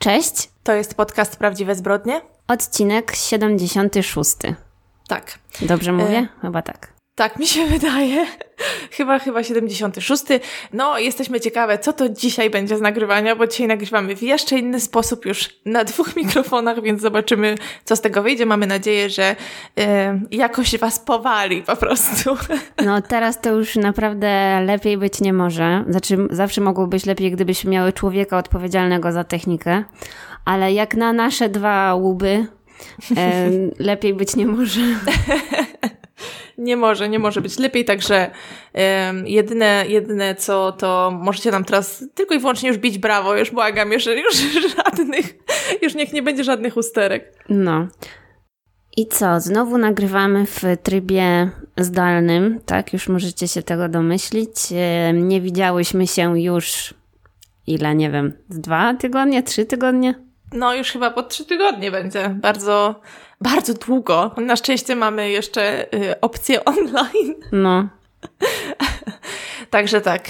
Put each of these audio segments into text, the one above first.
Cześć. To jest podcast Prawdziwe Zbrodnie. Odcinek 76. Tak. Dobrze mówię? Chyba tak. Tak, mi się wydaje. Chyba 76. No, jesteśmy ciekawe, co to dzisiaj będzie z nagrywania, bo dzisiaj nagrywamy w jeszcze inny sposób, już na 2 mikrofonach, więc zobaczymy, co z tego wyjdzie. Mamy nadzieję, że jakoś was powali po prostu. No, teraz to już naprawdę lepiej być nie może. Znaczy, zawsze mogło być lepiej, gdybyśmy miały człowieka odpowiedzialnego za technikę, ale jak na nasze 2 łuby, lepiej być nie może. Nie może być lepiej, także jedyne co, to możecie nam teraz tylko i wyłącznie już bić brawo, już błagam, już niech nie będzie żadnych usterek. No. I co? Znowu nagrywamy w trybie zdalnym, tak? Już możecie się tego domyślić. Nie widziałyśmy się już, nie wiem, 2 tygodnie, 3 tygodnie? No już chyba po 3 tygodnie będzie. Bardzo, bardzo długo. Na szczęście mamy jeszcze opcję online. No. Także tak.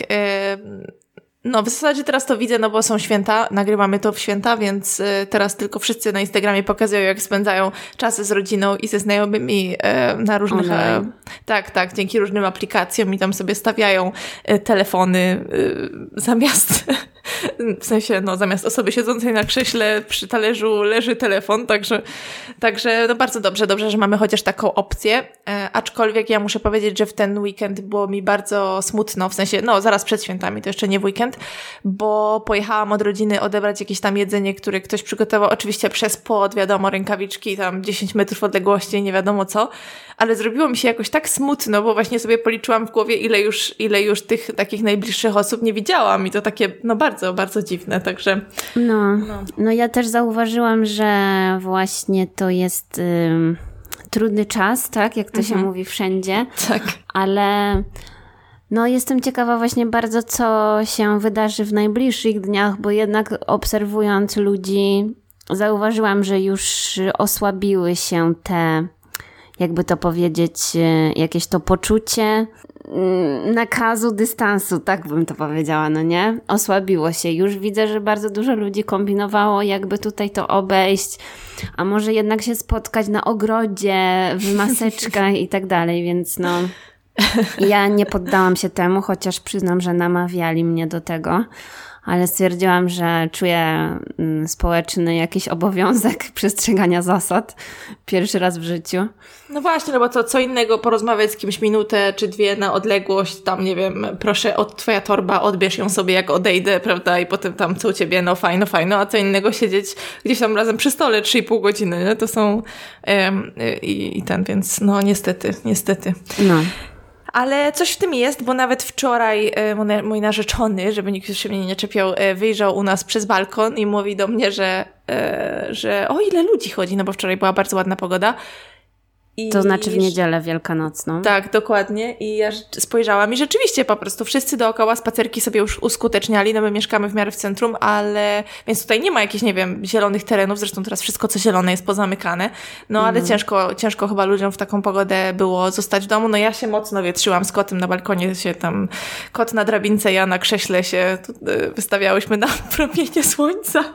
No w zasadzie teraz to widzę, no bo są święta, nagrywamy to w święta, więc teraz tylko wszyscy na Instagramie pokazują, jak spędzają czasy z rodziną i ze znajomymi na różnych... Tak, dzięki różnym aplikacjom i tam sobie stawiają telefony zamiast... W sensie, no zamiast osoby siedzącej na krześle przy talerzu leży telefon, także no bardzo dobrze, że mamy chociaż taką opcję, aczkolwiek ja muszę powiedzieć, że w ten weekend było mi bardzo smutno, w sensie, no zaraz przed świętami, to jeszcze nie w weekend, bo pojechałam od rodziny odebrać jakieś tam jedzenie, które ktoś przygotował, oczywiście przez płot, wiadomo, rękawiczki, tam 10 metrów odległości, nie wiadomo co, ale zrobiło mi się jakoś tak smutno, bo właśnie sobie policzyłam w głowie, ile już tych takich najbliższych osób nie widziałam i to takie, no bardzo, bardzo dziwne, także... No ja też zauważyłam, że właśnie to jest trudny czas, tak? Jak to się mówi wszędzie. Tak. Ale no jestem ciekawa właśnie bardzo, co się wydarzy w najbliższych dniach, bo jednak obserwując ludzi, zauważyłam, że już osłabiły się te, jakby to powiedzieć, jakieś to poczucie nakazu dystansu, tak bym to powiedziała, no nie? Osłabiło się. Już widzę, że bardzo dużo ludzi kombinowało, jakby tutaj to obejść, a może jednak się spotkać na ogrodzie, w maseczkach i tak dalej, więc no ja nie poddałam się temu, chociaż przyznam, że namawiali mnie do tego, ale stwierdziłam, że czuję społeczny jakiś obowiązek przestrzegania zasad pierwszy raz w życiu. No właśnie, no bo to co innego porozmawiać z kimś minutę czy 2 na odległość, tam nie wiem, proszę, twoja torba, odbierz ją sobie jak odejdę, prawda, i potem tam co u ciebie, no fajno, a co innego siedzieć gdzieś tam razem przy stole 3,5 godziny, nie? To są więc no niestety. No. Ale coś w tym jest, bo nawet wczoraj mój narzeczony, żeby nikt już się mnie nie czepiał, wyjrzał u nas przez balkon i mówi do mnie, że o ile ludzi chodzi, no bo wczoraj była bardzo ładna pogoda. To znaczy w niedzielę wielkanocną. Tak, dokładnie. I ja spojrzałam i rzeczywiście po prostu wszyscy dookoła spacerki sobie już uskuteczniali, no my mieszkamy w miarę w centrum, ale więc tutaj nie ma jakichś, nie wiem, zielonych terenów, zresztą teraz wszystko co zielone jest pozamykane, no ale ciężko chyba ludziom w taką pogodę było zostać w domu. No ja się mocno wietrzyłam z kotem na balkonie, się tam kot na drabince, ja na krześle się wystawiałyśmy na promienie słońca.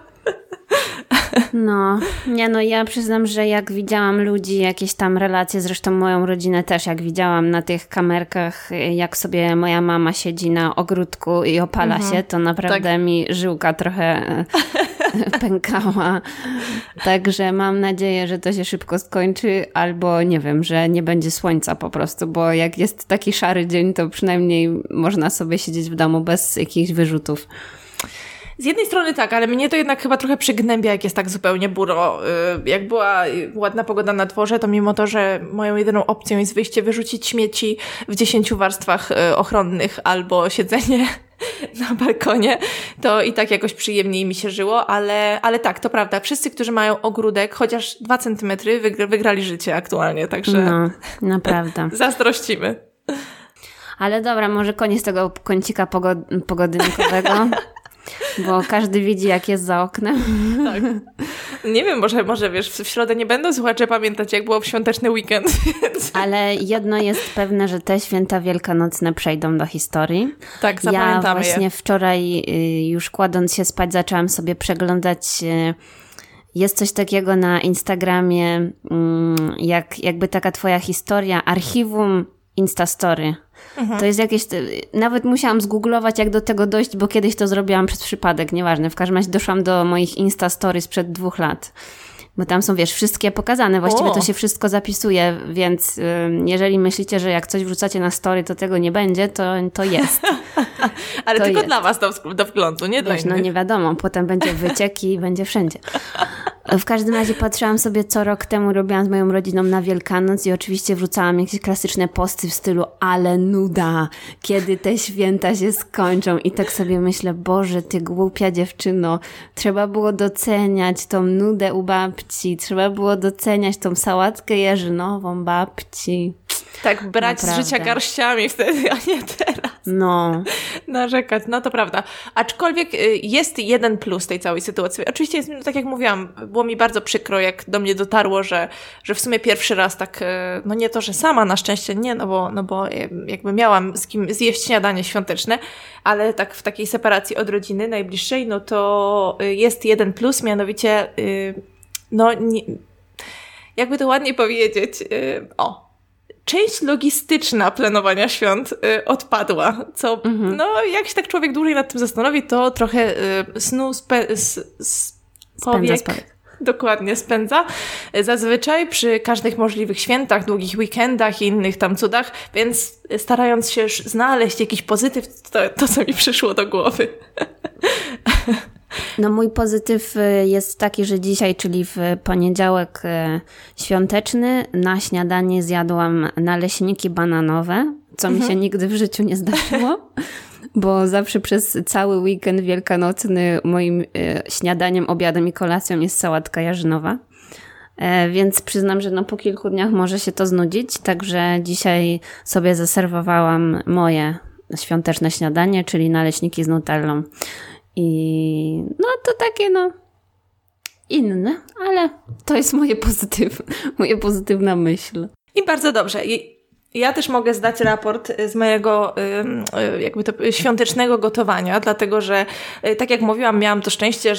No, ja przyznam, że jak widziałam ludzi, jakieś tam relacje, zresztą moją rodzinę też, jak widziałam na tych kamerkach, jak sobie moja mama siedzi na ogródku i opala się, to naprawdę mi żyłka trochę pękała. Także mam nadzieję, że to się szybko skończy, albo nie wiem, że nie będzie słońca po prostu, bo jak jest taki szary dzień, to przynajmniej można sobie siedzieć w domu bez jakichś wyrzutów. Z jednej strony tak, ale mnie to jednak chyba trochę przygnębia, jak jest tak zupełnie buro. Jak była ładna pogoda na dworze, to mimo to, że moją jedyną opcją jest wyjście, wyrzucić śmieci w 10 warstwach ochronnych albo siedzenie na balkonie, to i tak jakoś przyjemniej mi się żyło, ale tak, to prawda. Wszyscy, którzy mają ogródek, chociaż 2 centymetry, wygrali życie aktualnie, także... No, naprawdę. Zazdrościmy. Ale dobra, może koniec tego kącika pogodnikowego. Bo każdy widzi, jak jest za oknem. Tak. Nie wiem, może wiesz, w środę nie będą słuchacze pamiętać, jak było w świąteczny weekend. Więc... Ale jedno jest pewne, że te święta wielkanocne przejdą do historii. Tak, zapamiętamy je. Ja właśnie wczoraj już kładąc się spać zaczęłam sobie przeglądać... Jest coś takiego na Instagramie, jakby taka twoja historia, archiwum Instastory. To jest jakieś... Nawet musiałam zgooglować, jak do tego dojść, bo kiedyś to zrobiłam przez przypadek, nieważne. W każdym razie doszłam do moich Instastory sprzed 2 lat. Bo tam są, wiesz, wszystkie pokazane. Właściwie to się wszystko zapisuje, więc jeżeli myślicie, że jak coś wrzucacie na story, to tego nie będzie, to jest. Ale to tylko jest. Dla was do wglądu, nie dla innych. No nie wiadomo, potem będzie wyciek i będzie wszędzie. W każdym razie patrzyłam sobie, co rok temu robiłam z moją rodziną na Wielkanoc i oczywiście wrzucałam jakieś klasyczne posty w stylu ale nuda, kiedy te święta się skończą. I tak sobie myślę, Boże, ty głupia dziewczyno, trzeba było doceniać tą nudę u babci, trzeba było doceniać tą sałatkę jarzynową babci. Tak, brać naprawdę z życia garściami wtedy, a nie teraz. No. Narzekać, no to prawda. Aczkolwiek jest jeden plus tej całej sytuacji. Oczywiście jest, tak jak mówiłam, było mi bardzo przykro, jak do mnie dotarło, że w sumie pierwszy raz tak, no nie to, że sama na szczęście nie, no bo jakby miałam z kim zjeść śniadanie świąteczne, ale tak w takiej separacji od rodziny najbliższej, no to jest jeden plus, mianowicie, no nie, jakby to ładniej powiedzieć, część logistyczna planowania świąt odpadła, co no jak się tak człowiek dłużej nad tym zastanowi, to trochę snu powiek dokładnie spędza. Zazwyczaj przy każdych możliwych świętach, długich weekendach i innych tam cudach, więc starając się znaleźć jakiś pozytyw, to co mi przyszło do głowy. No mój pozytyw jest taki, że dzisiaj, czyli w poniedziałek świąteczny, na śniadanie zjadłam naleśniki bananowe, co mi się nigdy w życiu nie zdarzyło, bo zawsze przez cały weekend wielkanocny moim śniadaniem, obiadem i kolacją jest sałatka jarzynowa. Więc przyznam, że no po kilku dniach może się to znudzić, także dzisiaj sobie zaserwowałam moje świąteczne śniadanie, czyli naleśniki z nutellą. I no to takie inne, ale to jest moja pozytywna myśl. I bardzo dobrze. Ja też mogę zdać raport z mojego jakby to świątecznego gotowania, dlatego że tak jak mówiłam, miałam to szczęście,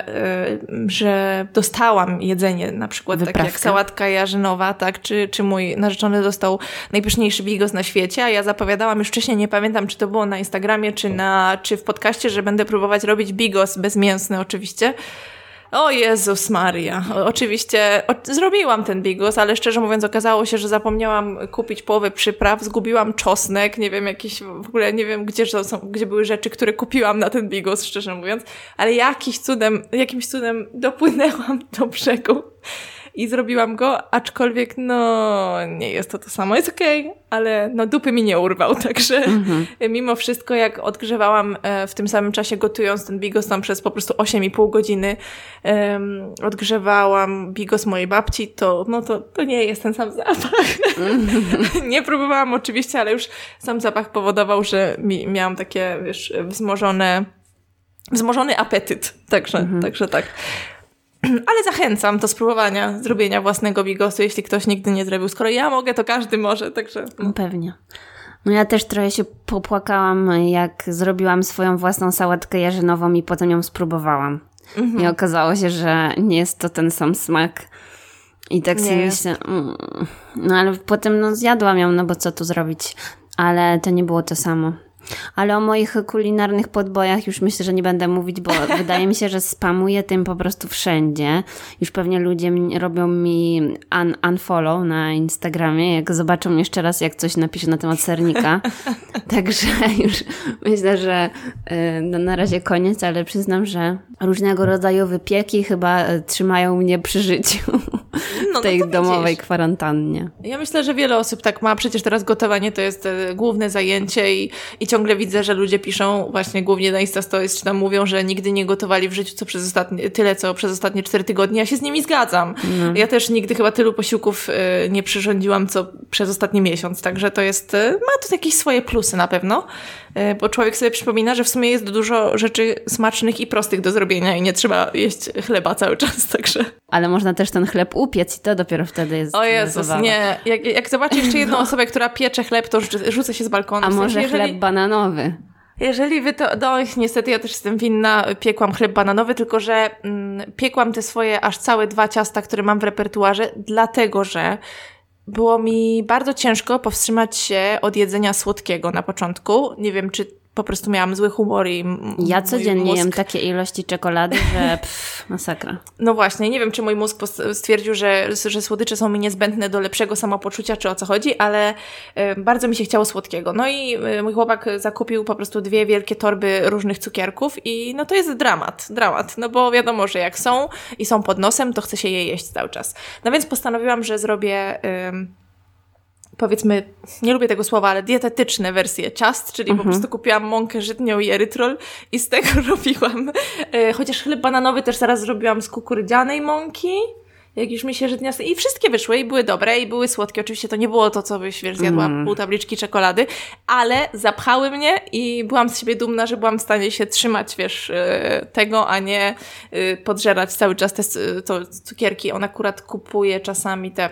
że dostałam jedzenie, na przykład wyprawkę. Takie jak sałatka jarzynowa, tak, czy mój narzeczony dostał najpyszniejszy bigos na świecie, a ja zapowiadałam już wcześniej, nie pamiętam, czy to było na Instagramie, czy w podcaście, że będę próbować robić bigos bezmięsny oczywiście. O Jezus Maria. Oczywiście zrobiłam ten bigos, ale szczerze mówiąc okazało się, że zapomniałam kupić połowę przypraw, zgubiłam czosnek, nie wiem, w ogóle nie wiem, gdzie były rzeczy, które kupiłam na ten bigos, szczerze mówiąc, ale jakimś cudem dopłynęłam do brzegu i zrobiłam go, aczkolwiek no nie jest to samo, jest okej, ale no dupy mi nie urwał, także mimo wszystko jak odgrzewałam w tym samym czasie gotując ten bigos tam przez po prostu 8,5 godziny odgrzewałam bigos mojej babci, to nie jest ten sam zapach. Nie próbowałam oczywiście, ale już sam zapach powodował, że miałam takie, wiesz, wzmożony apetyt, także tak. Ale zachęcam do spróbowania zrobienia własnego bigosu, jeśli ktoś nigdy nie zrobił. Skoro ja mogę, to każdy może, także... No pewnie. No ja też trochę się popłakałam, jak zrobiłam swoją własną sałatkę jarzynową i potem ją spróbowałam. I okazało się, że nie jest to ten sam smak. I tak sobie myślę, no ale potem zjadłam ją, no bo co tu zrobić. Ale to nie było to samo. Ale o moich kulinarnych podbojach już myślę, że nie będę mówić, bo wydaje mi się, że spamuję tym po prostu wszędzie. Już pewnie ludzie robią mi unfollow na Instagramie, jak zobaczą jeszcze raz, jak coś napiszę na temat sernika. Także już myślę, że na razie koniec, ale przyznam, że różnego rodzaju wypieki chyba trzymają mnie przy życiu w tej domowej kwarantannie. Ja myślę, że wiele osób tak ma. Przecież teraz gotowanie to jest główne zajęcie i ciągle widzę, że ludzie piszą właśnie głównie na Instastories, czy tam mówią, że nigdy nie gotowali w życiu co przez ostatnie 4 tygodnie. Ja się z nimi zgadzam. Ja też nigdy chyba tylu posiłków nie przyrządziłam, co przez ostatni miesiąc. Także to jest, ma to jakieś swoje plusy na pewno. bo człowiek sobie przypomina, że w sumie jest dużo rzeczy smacznych i prostych do zrobienia i nie trzeba jeść chleba cały czas, także... Ale można też ten chleb upiec i to dopiero wtedy jest O Jezus, zabawa. nie. Jak zobaczę jeszcze jedną osobę, która piecze chleb, to rzucę się z balkonu. A może chleb bananowy? Jeżeli wy to... No niestety ja też jestem winna, piekłam chleb bananowy, tylko że piekłam te swoje aż całe 2 ciasta, które mam w repertuarze, dlatego że było mi bardzo ciężko powstrzymać się od jedzenia słodkiego na początku. Nie wiem, czy po prostu miałam zły humor i ja codziennie mózg... jem takie ilości czekolady, że masakra. No właśnie, nie wiem, czy mój mózg stwierdził, że słodycze są mi niezbędne do lepszego samopoczucia, czy o co chodzi, ale bardzo mi się chciało słodkiego. No i mój chłopak zakupił po prostu 2 wielkie torby różnych cukierków i no to jest dramat, no bo wiadomo, że jak są i są pod nosem, to chce się je jeść cały czas. No więc postanowiłam, że zrobię... powiedzmy, nie lubię tego słowa, ale dietetyczne wersje ciast, czyli po prostu kupiłam mąkę żytnią i erytrol i z tego robiłam, chociaż chleb bananowy też zaraz zrobiłam z kukurydzianej mąki, jak już mi się żytnia... I wszystkie wyszły i były dobre i były słodkie. Oczywiście to nie było to, co byś, wiesz, zjadła pół tabliczki czekolady, ale zapchały mnie i byłam z siebie dumna, że byłam w stanie się trzymać, wiesz, tego, a nie podżerać cały czas te cukierki. On akurat kupuje czasami te...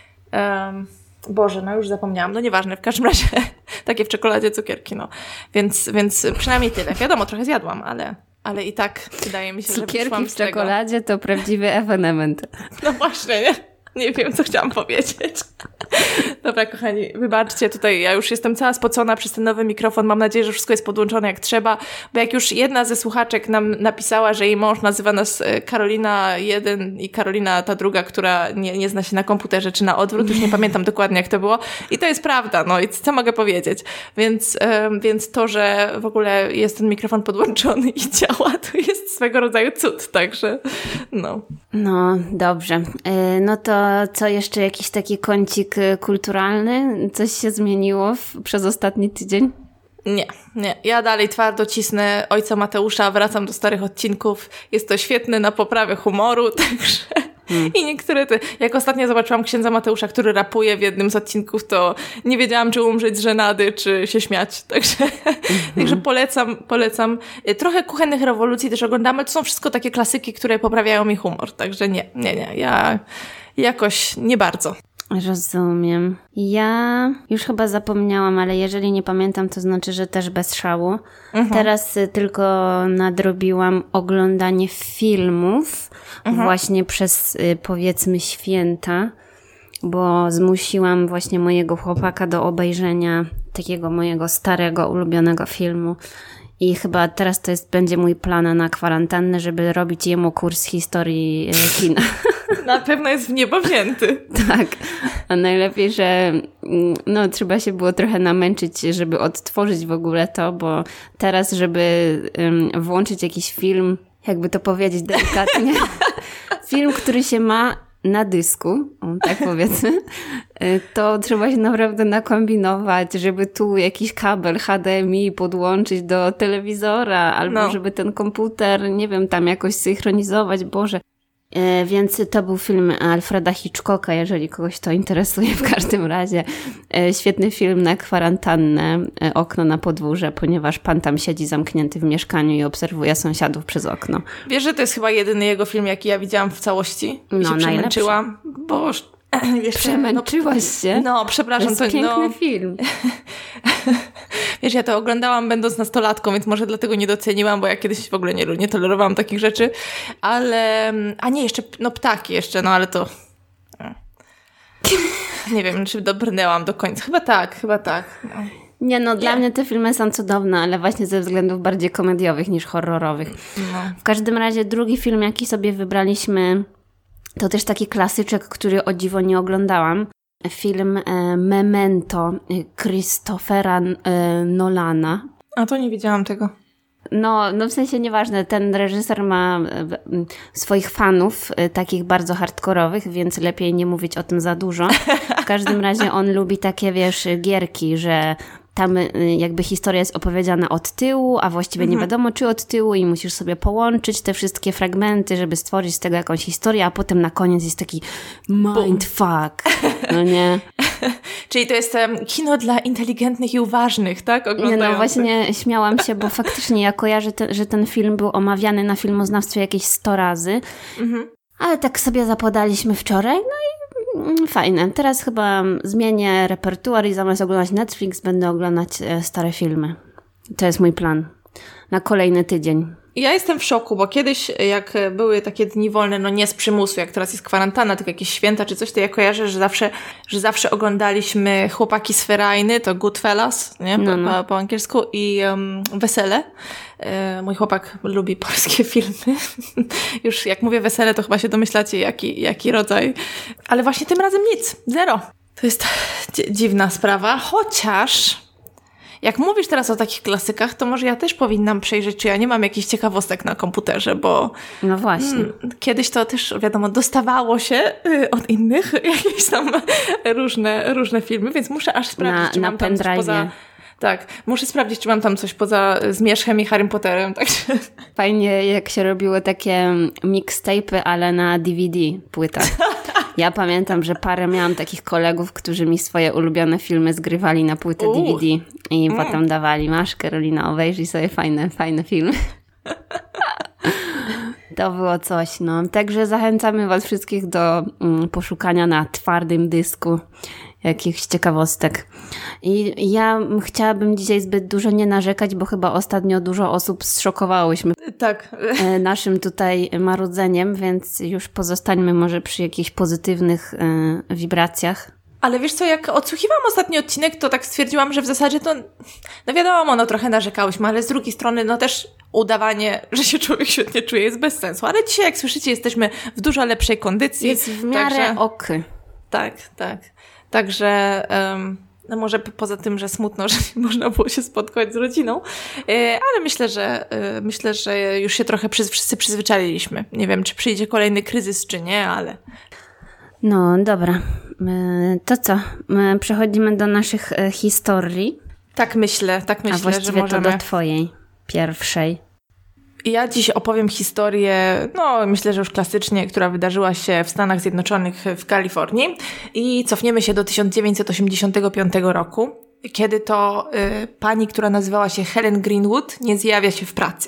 Boże, no już zapomniałam. No nieważne, w każdym razie takie w czekoladzie cukierki, no. Więc przynajmniej tyle. Wiadomo, trochę zjadłam, ale i tak wydaje mi się, że cukierki w czekoladzie to prawdziwy ewenement. No właśnie, nie? Nie wiem, co chciałam powiedzieć. Dobra, kochani, wybaczcie, tutaj ja już jestem cała spocona przez ten nowy mikrofon. Mam nadzieję, że wszystko jest podłączone jak trzeba, bo jak już jedna ze słuchaczek nam napisała, że jej mąż nazywa nas Karolina 1 i Karolina ta druga, która nie zna się na komputerze, czy na odwrót, już nie pamiętam dokładnie jak to było. I to jest prawda, no i co mogę powiedzieć? Więc to, że w ogóle jest ten mikrofon podłączony i działa, to jest swego rodzaju cud, także no. No, dobrze. No to co jeszcze, jakiś taki kącik kulturalny? Coś się zmieniło przez ostatni tydzień? Nie. Ja dalej twardo cisnę Ojca Mateusza, wracam do starych odcinków. Jest to świetne na poprawę humoru, także... I niektóre jak ostatnio zobaczyłam księdza Mateusza, który rapuje w jednym z odcinków, to nie wiedziałam, czy umrzeć z żenady, czy się śmiać. Także polecam. Trochę Kuchennych rewolucji też oglądamy, ale to są wszystko takie klasyki, które poprawiają mi humor. Także nie. Ja jakoś nie bardzo. Rozumiem. Ja już chyba zapomniałam, ale jeżeli nie pamiętam, to znaczy, że też bez szału. Teraz tylko nadrobiłam oglądanie filmów właśnie przez, powiedzmy, święta, bo zmusiłam właśnie mojego chłopaka do obejrzenia takiego mojego starego, ulubionego filmu. I chyba teraz to będzie mój plan na kwarantannę, żeby robić jemu kurs historii kina. Na pewno jest w niebo wzięty. Tak, a najlepiej, że no, trzeba się było trochę namęczyć, żeby odtworzyć w ogóle to, bo teraz, żeby włączyć jakiś film, jakby to powiedzieć delikatnie, film, który się ma na dysku, tak powiedzmy, to trzeba się naprawdę nakombinować, żeby tu jakiś kabel HDMI podłączyć do telewizora, albo żeby ten komputer, nie wiem, tam jakoś synchronizować, Boże. Więc to był film Alfreda Hitchcocka, jeżeli kogoś to interesuje w każdym razie. Świetny film na kwarantannę, Okno na podwórze, ponieważ pan tam siedzi zamknięty w mieszkaniu i obserwuje sąsiadów przez okno. Wiesz, że to jest chyba jedyny jego film, jaki ja widziałam w całości? I się przemęczyłam. Boże. Przemęczyłaś się? No, przepraszam. To jest piękny film. Wiesz, ja to oglądałam będąc nastolatką, więc może dlatego nie doceniłam, bo ja kiedyś w ogóle nie tolerowałam takich rzeczy. Ale... A nie, jeszcze... No ptaki jeszcze, no ale to... Nie wiem, czy dobrnęłam do końca. Chyba tak. No. Nie, no dla mnie te filmy są cudowne, ale właśnie ze względów bardziej komediowych niż horrorowych. No. W każdym razie drugi film, jaki sobie wybraliśmy, to też taki klasyczek, który o dziwo nie oglądałam. Film Memento Christophera Nolana. A to nie widziałam tego. No w sensie nieważne, ten reżyser ma swoich fanów, takich bardzo hardkorowych, więc lepiej nie mówić o tym za dużo. W każdym razie on lubi takie, wiesz, gierki, że tam jakby historia jest opowiedziana od tyłu, a właściwie nie wiadomo czy od tyłu i musisz sobie połączyć te wszystkie fragmenty, żeby stworzyć z tego jakąś historię, a potem na koniec jest taki mindfuck, no nie? Czyli to jest kino dla inteligentnych i uważnych, tak? No właśnie śmiałam się, bo faktycznie ja kojarzę, że ten film był omawiany na Filmoznawstwie jakieś 100 razy. Ale tak sobie zapodaliśmy wczoraj, no i fajne. Teraz chyba zmienię repertuar i zamiast oglądać Netflix będę oglądać stare filmy. To jest mój plan na kolejny tydzień. Ja jestem w szoku, bo kiedyś jak były takie dni wolne, no nie z przymusu, jak teraz jest kwarantanna, tylko jakieś święta czy coś, to ja kojarzę, że zawsze oglądaliśmy Chłopaki z Ferajny, to Goodfellas, nie? Po angielsku i Wesele. Mój chłopak lubi polskie filmy. Już jak mówię wesele, to chyba się domyślacie, jaki rodzaj. Ale właśnie tym razem nic. Zero. To jest dziwna sprawa, chociaż jak mówisz teraz o takich klasykach, to może ja też powinnam przejrzeć, czy ja nie mam jakichś ciekawostek na komputerze, bo no właśnie. Kiedyś to też, wiadomo, dostawało się od innych jakieś tam różne filmy, więc muszę aż sprawdzić, czy mam tam coś poza... Tak, muszę sprawdzić, czy mam tam coś poza Zmierzchem i Harrym Potterem. Także. Fajnie, jak się robiło takie mixtape'y, ale na DVD płytach. Ja pamiętam, że parę miałam takich kolegów, którzy mi swoje ulubione filmy zgrywali na płytę DVD i potem dawali: masz, Karolina, obejrzyj sobie fajne filmy. To było coś, no. Także zachęcamy was wszystkich do poszukania na twardym dysku jakichś ciekawostek. I ja chciałabym dzisiaj zbyt dużo nie narzekać, bo chyba ostatnio dużo osób zszokowałyśmy naszym tutaj marudzeniem, więc już pozostańmy może przy jakichś pozytywnych wibracjach. Ale wiesz co, jak odsłuchiwałam ostatni odcinek, to tak stwierdziłam, że w zasadzie to, no wiadomo, no trochę narzekałyśmy, ale z drugiej strony, no też udawanie, że się człowiek świetnie czuje, jest bez sensu. Ale dzisiaj, jak słyszycie, jesteśmy w dużo lepszej kondycji. Jest w miarę Tak. Także, no może poza tym, że smutno, że nie można było się spotkać z rodziną, ale myślę, że już się trochę wszyscy przyzwyczailiśmy. Nie wiem, czy przyjdzie kolejny kryzys, czy nie, ale... No dobra, to co? Przechodzimy do naszych historii. Tak myślę, a właściwie że możemy... to do twojej pierwszej. Ja dziś opowiem historię, no myślę, że już klasycznie, która wydarzyła się w Stanach Zjednoczonych w Kalifornii i cofniemy się do 1985 roku, kiedy to pani, która nazywała się Helen Greenwood, nie zjawia się w pracy.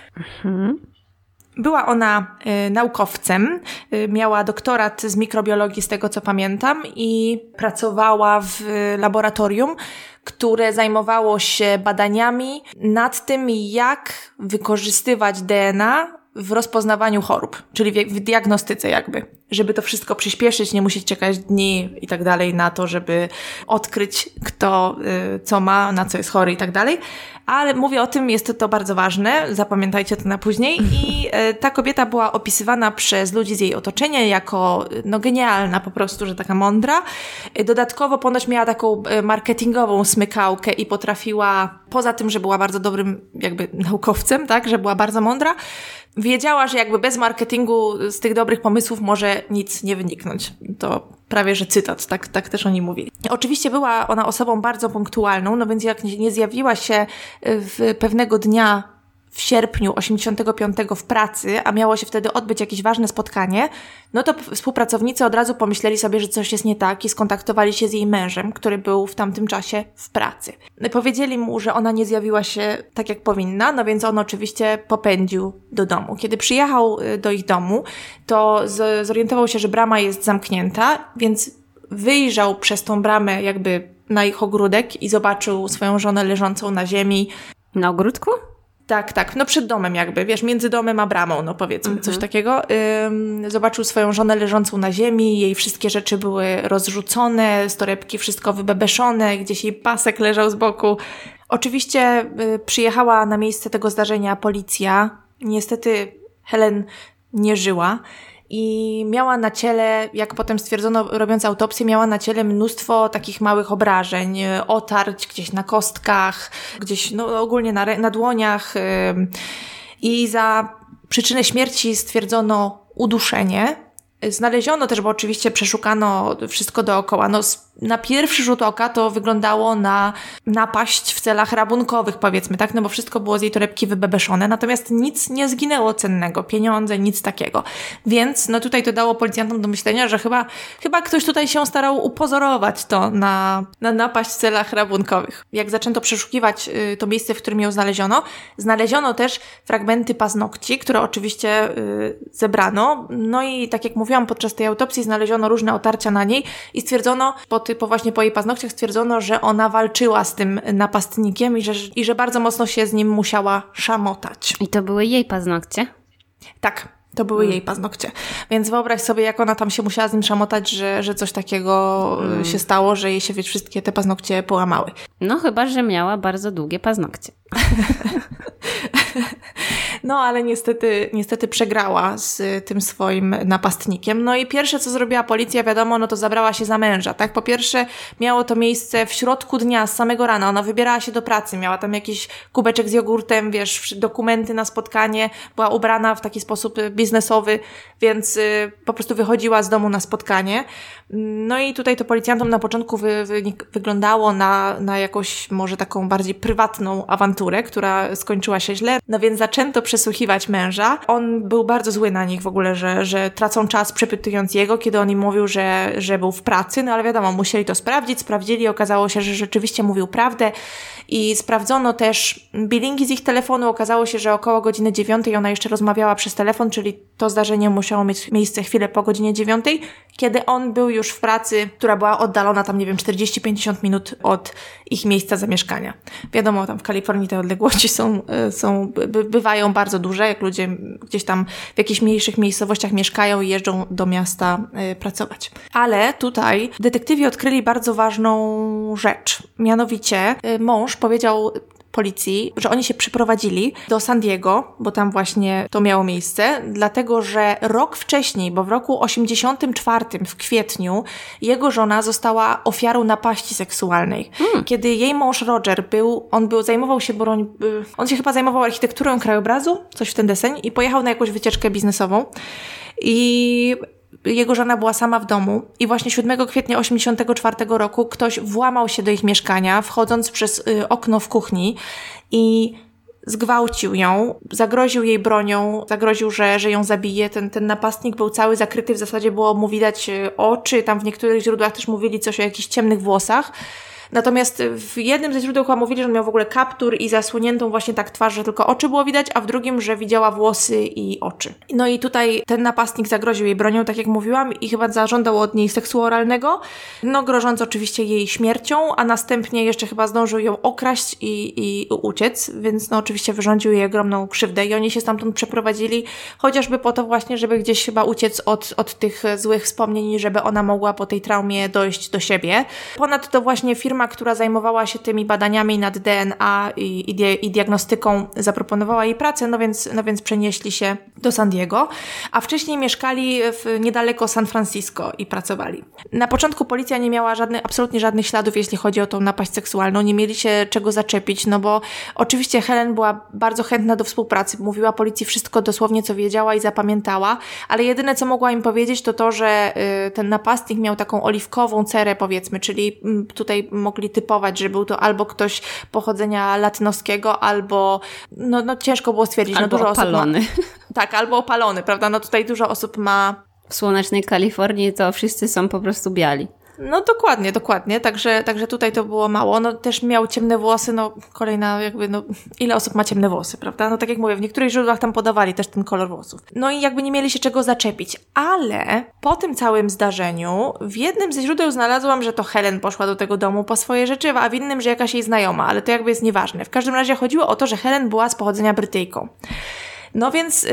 Była ona naukowcem, miała doktorat z mikrobiologii, z tego co pamiętam, i pracowała w laboratorium, które zajmowało się badaniami nad tym, jak wykorzystywać DNA w rozpoznawaniu chorób, czyli w diagnostyce jakby. Żeby to wszystko przyspieszyć, nie musieć czekać dni i tak dalej na to, żeby odkryć kto co ma, na co jest chory i tak dalej. Ale mówię o tym, jest to bardzo ważne, zapamiętajcie to na później. I ta kobieta była opisywana przez ludzi z jej otoczenia jako no genialna po prostu, że taka mądra. Dodatkowo ponoć miała taką marketingową smykałkę i potrafiła, poza tym, że była bardzo dobrym jakby naukowcem, tak, że była bardzo mądra, wiedziała, że jakby bez marketingu z tych dobrych pomysłów może nic nie wyniknąć. To prawie że cytat, tak też oni mówili. Oczywiście była ona osobą bardzo punktualną, no więc jak nie zjawiła się pewnego dnia w sierpniu 85 w pracy, a miało się wtedy odbyć jakieś ważne spotkanie, no to współpracownicy od razu pomyśleli sobie, że coś jest nie tak i skontaktowali się z jej mężem, który był w tamtym czasie w pracy. Powiedzieli mu, że ona nie zjawiła się tak jak powinna, no więc on oczywiście popędził do domu. Kiedy przyjechał do ich domu, to zorientował się, że brama jest zamknięta, więc wyjrzał przez tą bramę jakby na ich ogródek i zobaczył swoją żonę leżącą na ziemi. Na ogródku? Tak, no przed domem jakby, wiesz, między domem a bramą, no powiedzmy, coś takiego. Zobaczył swoją żonę leżącą na ziemi, jej wszystkie rzeczy były rozrzucone, z torebki wszystko wybebeszone, gdzieś jej pasek leżał z boku. Oczywiście przyjechała na miejsce tego zdarzenia policja. Niestety Helen nie żyła. I miała na ciele, jak potem stwierdzono robiąc autopsję, miała na ciele mnóstwo takich małych obrażeń, otarć gdzieś na kostkach, gdzieś no, ogólnie na dłoniach. I za przyczynę śmierci stwierdzono uduszenie. Znaleziono też, bo oczywiście przeszukano wszystko dookoła, no na pierwszy rzut oka to wyglądało na napaść w celach rabunkowych, powiedzmy, tak? No bo wszystko było z jej torebki wybebeszone, natomiast nic nie zginęło cennego, pieniądze, nic takiego. Więc no tutaj to dało policjantom do myślenia, że chyba ktoś tutaj się starał upozorować to na napaść w celach rabunkowych. Jak zaczęto przeszukiwać to miejsce, w którym ją znaleziono też fragmenty paznokci, które oczywiście zebrano. No i tak jak mówiłam, podczas tej autopsji znaleziono różne otarcia na niej i stwierdzono, właśnie po jej paznokciach stwierdzono, że ona walczyła z tym napastnikiem i że bardzo mocno się z nim musiała szamotać. I to były jej paznokcie? Tak, to były jej paznokcie. Więc wyobraź sobie, jak ona tam się musiała z nim szamotać, że coś takiego się stało, że jej się wszystkie te paznokcie połamały. No chyba, że miała bardzo długie paznokcie. No, ale niestety przegrała z tym swoim napastnikiem. No i pierwsze, co zrobiła policja, wiadomo, no to zabrała się za męża, tak? Po pierwsze, miało to miejsce w środku dnia, z samego rana. Ona wybierała się do pracy, miała tam jakiś kubeczek z jogurtem, wiesz, dokumenty na spotkanie, była ubrana w taki sposób biznesowy, więc po prostu wychodziła z domu na spotkanie. No i tutaj to policjantom na początku wyglądało na jakąś może taką bardziej prywatną awanturę, która skończyła się źle. No więc zaczęto przesłuchiwać męża. On był bardzo zły na nich w ogóle, że tracą czas przepytując jego, kiedy on im mówił, że był w pracy. No ale wiadomo, musieli to sprawdzili, okazało się, że rzeczywiście mówił prawdę i sprawdzono też bilingi z ich telefonu. Okazało się, że około godziny 9 ona jeszcze rozmawiała przez telefon, czyli to zdarzenie musiało mieć miejsce chwilę po godzinie 9, kiedy on był już w pracy, która była oddalona tam, nie wiem, 40-50 minut od ich miejsca zamieszkania. Wiadomo, tam w Kalifornii te odległości bywają bardzo duże, jak ludzie gdzieś tam w jakichś mniejszych miejscowościach mieszkają i jeżdżą do miasta pracować. Ale tutaj detektywi odkryli bardzo ważną rzecz. Mianowicie mąż powiedział policji, że oni się przyprowadzili do San Diego, bo tam właśnie to miało miejsce, dlatego że rok wcześniej, bo w roku 84 w kwietniu jego żona została ofiarą napaści seksualnej. Kiedy jej mąż Roger zajmował się on się chyba zajmował architekturą krajobrazu, coś w ten deseń i pojechał na jakąś wycieczkę biznesową i jego żona była sama w domu i właśnie 7 kwietnia 1984 roku ktoś włamał się do ich mieszkania, wchodząc przez okno w kuchni i zgwałcił ją, zagroził jej bronią, zagroził, że ją zabije. Ten napastnik był cały zakryty, w zasadzie było mu widać oczy, tam w niektórych źródłach też mówili coś o jakichś ciemnych włosach. Natomiast w jednym ze źródeł chyba mówili, że on miał w ogóle kaptur i zasłoniętą właśnie tak twarz, że tylko oczy było widać, a w drugim, że widziała włosy i oczy. No i tutaj ten napastnik zagroził jej bronią, tak jak mówiłam, i chyba zażądał od niej seksu oralnego, no grożąc oczywiście jej śmiercią, a następnie jeszcze chyba zdążył ją okraść i uciec, więc no oczywiście wyrządził jej ogromną krzywdę i oni się stamtąd przeprowadzili, chociażby po to właśnie, żeby gdzieś chyba uciec od tych złych wspomnień i żeby ona mogła po tej traumie dojść do siebie. Ponadto właśnie firma, która zajmowała się tymi badaniami nad DNA i diagnostyką, zaproponowała jej pracę, no więc przenieśli się do San Diego, a wcześniej mieszkali niedaleko San Francisco i pracowali. Na początku policja nie miała absolutnie żadnych śladów, jeśli chodzi o tą napaść seksualną, nie mieli się czego zaczepić, no bo oczywiście Helen była bardzo chętna do współpracy, mówiła policji wszystko dosłownie, co wiedziała i zapamiętała, ale jedyne, co mogła im powiedzieć, to, że ten napastnik miał taką oliwkową cerę, powiedzmy, czyli tutaj mogli typować, że był to albo ktoś pochodzenia latynoskiego, albo no ciężko było stwierdzić. Albo dużo opalony. Tak, albo opalony, prawda? No tutaj dużo osób ma... W słonecznej Kalifornii to wszyscy są po prostu biali. No dokładnie, także tutaj to było mało. No też miał ciemne włosy, no kolejna jakby, no ile osób ma ciemne włosy, prawda? No tak jak mówię, w niektórych źródłach tam podawali też ten kolor włosów. No i jakby nie mieli się czego zaczepić, ale po tym całym zdarzeniu w jednym ze źródeł znalazłam, że to Helen poszła do tego domu po swoje rzeczy, a w innym, że jakaś jej znajoma, ale to jakby jest nieważne. W każdym razie chodziło o to, że Helen była z pochodzenia Brytyjką. No więc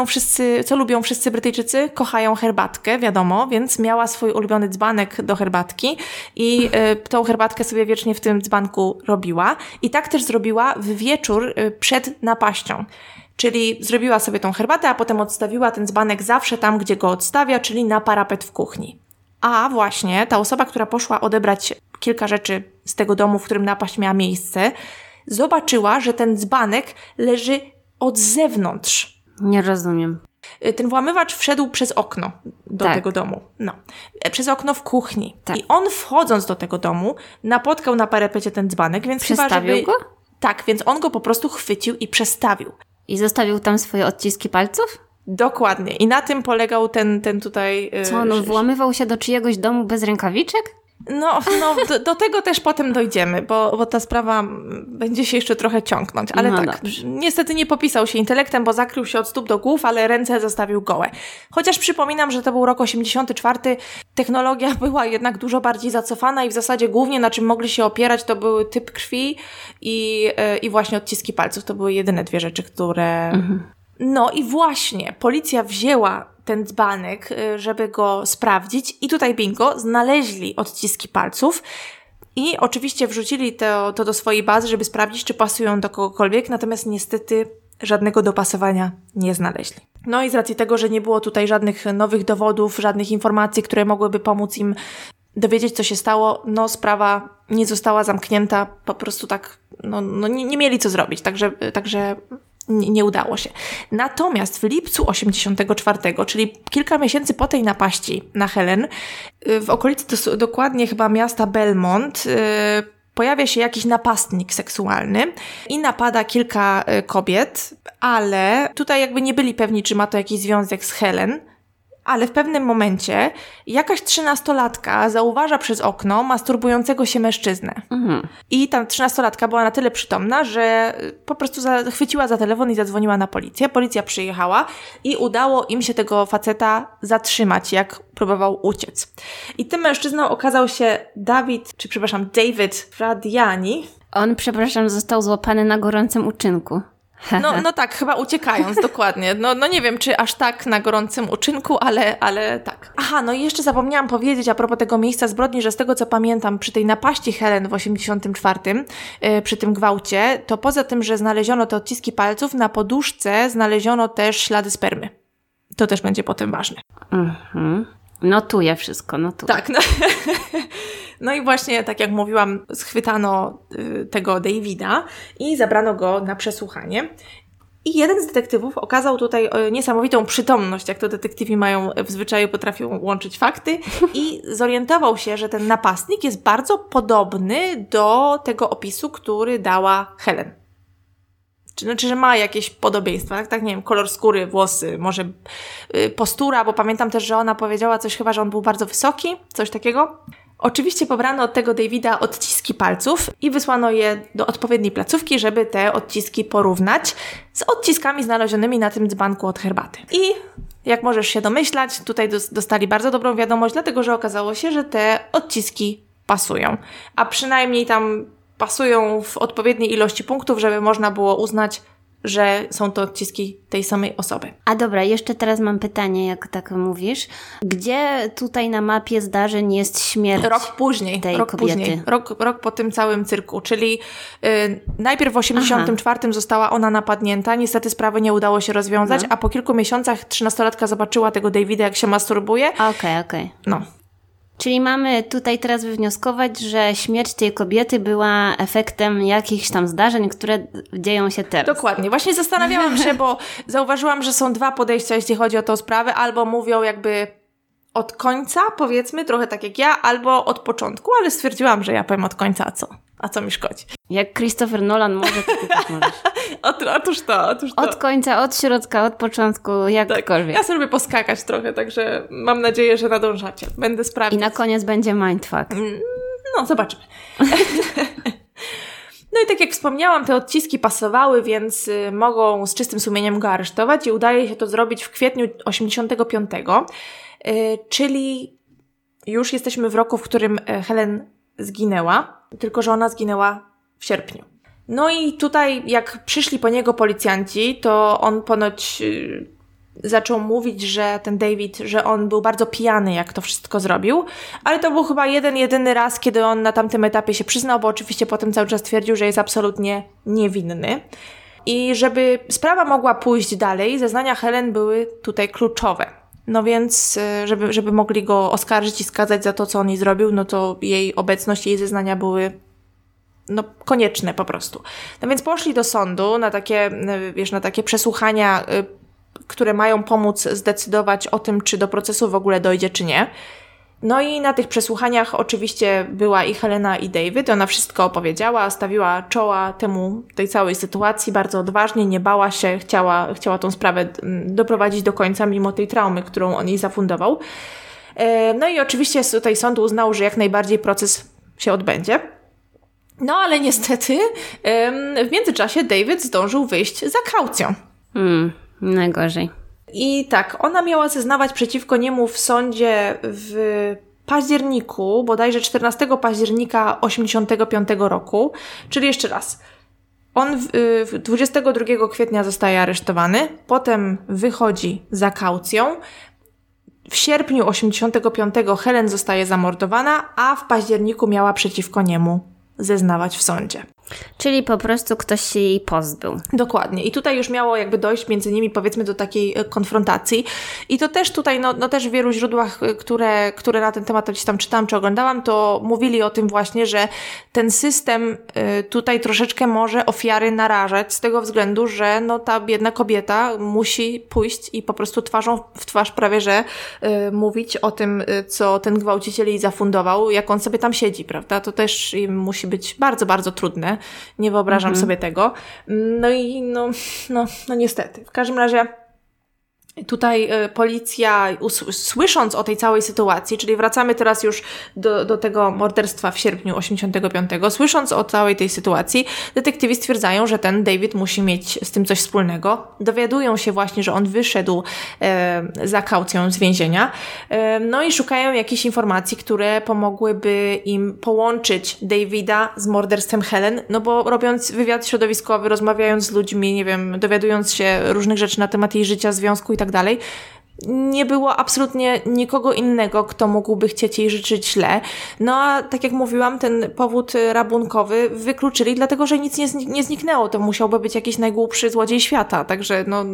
co lubią wszyscy Brytyjczycy? Kochają herbatkę, wiadomo, więc miała swój ulubiony dzbanek do herbatki i tą herbatkę sobie wiecznie w tym dzbanku robiła. I tak też zrobiła w wieczór przed napaścią. Czyli zrobiła sobie tą herbatę, a potem odstawiła ten dzbanek zawsze tam, gdzie go odstawia, czyli na parapet w kuchni. A właśnie ta osoba, która poszła odebrać kilka rzeczy z tego domu, w którym napaść miała miejsce, zobaczyła, że ten dzbanek leży od zewnątrz. Nie rozumiem. Ten włamywacz wszedł przez okno do tego domu. No. Przez okno w kuchni. Tak. I on wchodząc do tego domu napotkał na parapecie ten dzbanek, więc Przestawił go? Tak, więc on go po prostu chwycił i przestawił. I zostawił tam swoje odciski palców? Dokładnie. I na tym polegał ten tutaj... Co, on włamywał się do czyjegoś domu bez rękawiczek? No do tego też potem dojdziemy, bo ta sprawa będzie się jeszcze trochę ciągnąć. Ale no tak, dobrze. Niestety nie popisał się intelektem, bo zakrył się od stóp do głów, ale ręce zostawił gołe. Chociaż przypominam, że to był rok 84, technologia była jednak dużo bardziej zacofana i w zasadzie głównie na czym mogli się opierać to były typ krwi i właśnie odciski palców. To były jedyne dwie rzeczy, które... No i właśnie, policja wzięła ten dzbanek, żeby go sprawdzić i tutaj bingo, znaleźli odciski palców i oczywiście wrzucili to do swojej bazy, żeby sprawdzić, czy pasują do kogokolwiek, natomiast niestety żadnego dopasowania nie znaleźli. No i z racji tego, że nie było tutaj żadnych nowych dowodów, żadnych informacji, które mogłyby pomóc im dowiedzieć, co się stało, no sprawa nie została zamknięta, po prostu tak, nie mieli co zrobić, także nie udało się. Natomiast w lipcu 84, czyli kilka miesięcy po tej napaści na Helen, w okolicy dokładnie chyba miasta Belmont, pojawia się jakiś napastnik seksualny i napada kilka kobiet, ale tutaj jakby nie byli pewni, czy ma to jakiś związek z Helen, ale w pewnym momencie jakaś 13-latka zauważa przez okno masturbującego się mężczyznę. I ta 13-latka była na tyle przytomna, że po prostu chwyciła za telefon i zadzwoniła na policję. Policja przyjechała i udało im się tego zatrzymać, jak próbował uciec. I tym mężczyzną okazał się David Fradiani. On, został złapany na gorącym uczynku. No tak, chyba uciekając, dokładnie. No nie wiem, czy aż tak na gorącym uczynku, ale tak. Aha, no i jeszcze zapomniałam powiedzieć a propos tego miejsca zbrodni, że z tego co pamiętam, przy tej napaści Helen w 84, przy tym gwałcie, to poza tym, że znaleziono te odciski palców, na poduszce znaleziono też ślady spermy. To też będzie potem ważne. Notuję wszystko, notuję. Tak, no i właśnie, tak jak mówiłam, schwytano tego Davida i zabrano go na przesłuchanie. I jeden z detektywów okazał tutaj niesamowitą przytomność, jak to detektywi mają w zwyczaju, potrafią łączyć fakty i zorientował się, że ten napastnik jest bardzo podobny do tego opisu, który dała Helen. Znaczy, że ma jakieś podobieństwa, tak, nie wiem, kolor skóry, włosy, może postura, bo pamiętam też, że ona powiedziała coś chyba, że on był bardzo wysoki, coś takiego. Oczywiście pobrano od tego Davida odciski palców i wysłano je do odpowiedniej placówki, żeby te odciski porównać z odciskami znalezionymi na tym dzbanku od herbaty. I jak możesz się domyślać, tutaj dostali bardzo dobrą wiadomość, dlatego że okazało się, że te odciski pasują. A przynajmniej tam pasują w odpowiedniej ilości punktów, żeby można było uznać, że są to odciski tej samej osoby. A dobra, jeszcze teraz mam pytanie, jak tak mówisz. Gdzie tutaj na mapie zdarzeń jest śmierć rok później, tej kobiety? Rok po tym całym cyrku, czyli najpierw w 84 została ona napadnięta, niestety sprawy nie udało się rozwiązać, a po kilku miesiącach 13-latka zobaczyła tego Davida, jak się masturbuje. Okej. No. Czyli mamy tutaj teraz wywnioskować, że śmierć tej kobiety była efektem jakichś tam zdarzeń, które dzieją się teraz. Dokładnie. Właśnie zastanawiałam się, bo zauważyłam, że są dwa podejścia, jeśli chodzi o tą sprawę. Albo mówią jakby od końca, powiedzmy, trochę tak jak ja, albo od początku, ale stwierdziłam, że ja powiem od końca, a co mi szkodzi. Jak Christopher Nolan może, to ty tak możesz. Otóż to. Od końca, od środka, od początku, jakkolwiek. Tak, ja sobie lubię poskakać trochę, także mam nadzieję, że nadążacie. Będę sprawdzać. I na koniec będzie mindfuck. No, zobaczymy. No i tak jak wspomniałam, te odciski pasowały, więc mogą z czystym sumieniem go aresztować i udaje się to zrobić w kwietniu 85, czyli już jesteśmy w roku, w którym Helen zginęła, tylko że ona zginęła w sierpniu. No i tutaj jak przyszli po niego policjanci, to on ponoć zaczął mówić, że ten David, że on był bardzo pijany, jak to wszystko zrobił, ale to był chyba jedyny raz, kiedy on na tamtym etapie się przyznał, bo oczywiście potem cały czas twierdził, że jest absolutnie niewinny. I żeby sprawa mogła pójść dalej, zeznania Helen były tutaj kluczowe. No więc, żeby mogli go oskarżyć i skazać za to, co on jej zrobił, no to jej obecność, jej zeznania były konieczne po prostu. No więc poszli do sądu na takie przesłuchania które mają pomóc zdecydować o tym, czy do procesu w ogóle dojdzie, czy nie. No i na tych przesłuchaniach oczywiście była i Helena, i David. Ona wszystko opowiedziała, stawiła czoła tej całej sytuacji bardzo odważnie, nie bała się, chciała tą sprawę doprowadzić do końca, mimo tej traumy, którą on jej zafundował. No i oczywiście tutaj sąd uznał, że jak najbardziej proces się odbędzie. No ale niestety w międzyczasie David zdążył wyjść za kaucją. Najgorzej. I tak, ona miała zeznawać przeciwko niemu w sądzie w październiku, bodajże 14 października 1985 roku, czyli jeszcze raz. On 22 kwietnia zostaje aresztowany, potem wychodzi za kaucją. W sierpniu 1985 Helen zostaje zamordowana, a w październiku miała przeciwko niemu zeznawać w sądzie. Czyli po prostu ktoś się jej pozbył. Dokładnie. I tutaj już miało jakby dojść między nimi, powiedzmy, do takiej konfrontacji. I to też tutaj, no też w wielu źródłach, które na ten temat gdzieś tam czytałam czy oglądałam, to mówili o tym właśnie, że ten system tutaj troszeczkę może ofiary narażać z tego względu, że no ta biedna kobieta musi pójść i po prostu twarzą w twarz prawie, że mówić o tym, co ten gwałciciel jej zafundował, jak on sobie tam siedzi, prawda? To też im musi być bardzo, bardzo trudne. Nie wyobrażam sobie tego. No i no niestety. W każdym razie tutaj policja, słysząc o tej całej sytuacji, czyli wracamy teraz już do tego morderstwa w sierpniu 85, słysząc o całej tej sytuacji, detektywi stwierdzają, że ten David musi mieć z tym coś wspólnego. Dowiadują się właśnie, że on wyszedł za kaucją z więzienia. No i szukają jakichś informacji, które pomogłyby im połączyć Davida z morderstwem Helen, no bo robiąc wywiad środowiskowy, rozmawiając z ludźmi, nie wiem, dowiadując się różnych rzeczy na temat jej życia, związku i tak dalej, nie było absolutnie nikogo innego, kto mógłby chcieć jej życzyć źle. No a tak jak mówiłam, ten powód rabunkowy wykluczyli, dlatego że nic nie zniknęło. To musiałby być jakiś najgłupszy złodziej świata. Także no...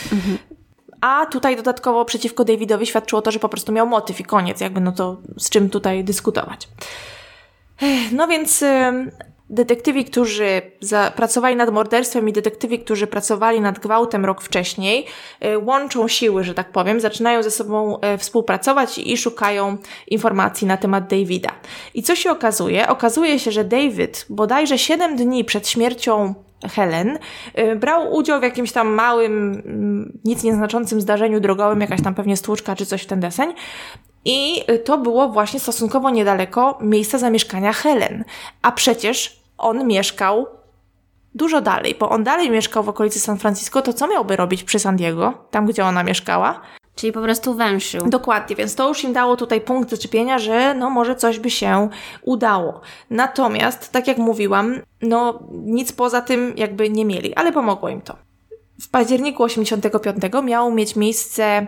A tutaj dodatkowo przeciwko Davidowi świadczyło to, że po prostu miał motyw i koniec. Jakby no to z czym tutaj dyskutować. No więc... Detektywi, którzy pracowali nad morderstwem i detektywi, którzy pracowali nad gwałtem rok wcześniej, łączą siły, że tak powiem, zaczynają ze sobą współpracować i szukają informacji na temat Davida. I co się okazuje? Okazuje się, że David bodajże 7 dni przed śmiercią Helen brał udział w jakimś tam małym, nic nieznaczącym zdarzeniu drogowym, jakaś tam pewnie stłuczka czy coś w ten deseń. I to było właśnie stosunkowo niedaleko miejsca zamieszkania Helen. A przecież on mieszkał dużo dalej, bo on dalej mieszkał w okolicy San Francisco, to co miałby robić przy San Diego, tam gdzie ona mieszkała? Czyli po prostu węszył. Dokładnie, więc to już im dało tutaj punkt zaczepienia, że no może coś by się udało. Natomiast, tak jak mówiłam, no nic poza tym jakby nie mieli, ale pomogło im to. W październiku 85 miał mieć miejsce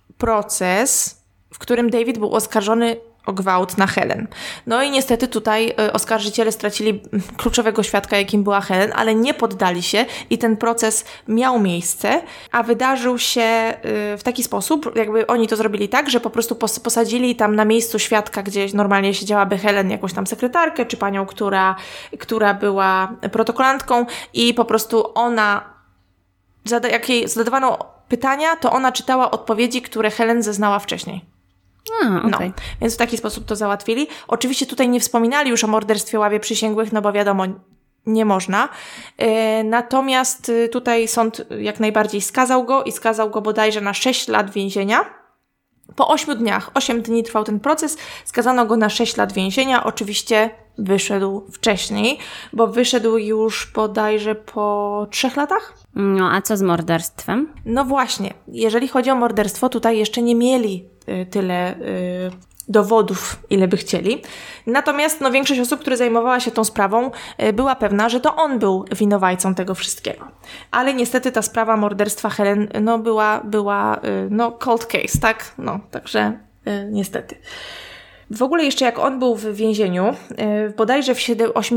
proces, w którym David był oskarżony o gwałt na Helen. No i niestety tutaj oskarżyciele stracili kluczowego świadka, jakim była Helen, ale nie poddali się i ten proces miał miejsce, a wydarzył się w taki sposób, jakby oni to zrobili tak, że po prostu posadzili tam na miejscu świadka, gdzie normalnie siedziałaby Helen, jakąś tam sekretarkę, czy panią, która była protokolantką i po prostu ona, jak jej zadawano pytania, to ona czytała odpowiedzi, które Helen zeznała wcześniej. Okay. No, więc w taki sposób to załatwili. Oczywiście tutaj nie wspominali już o morderstwie ławie przysięgłych, no bo wiadomo, nie można. Natomiast tutaj sąd jak najbardziej skazał go bodajże na 6 lat więzienia. Po 8 dniach, 8 dni trwał ten proces, skazano go na 6 lat więzienia. Oczywiście wyszedł wcześniej, bo wyszedł już bodajże po 3 latach. No, a co z morderstwem? No właśnie, jeżeli chodzi o morderstwo, tutaj jeszcze nie mieli tyle dowodów, ile by chcieli. Natomiast no, większość osób, które zajmowała się tą sprawą, była pewna, że to on był winowajcą tego wszystkiego. Ale niestety ta sprawa morderstwa Helen no, była cold case, tak? No, także niestety. W ogóle jeszcze jak on był w więzieniu, bodajże w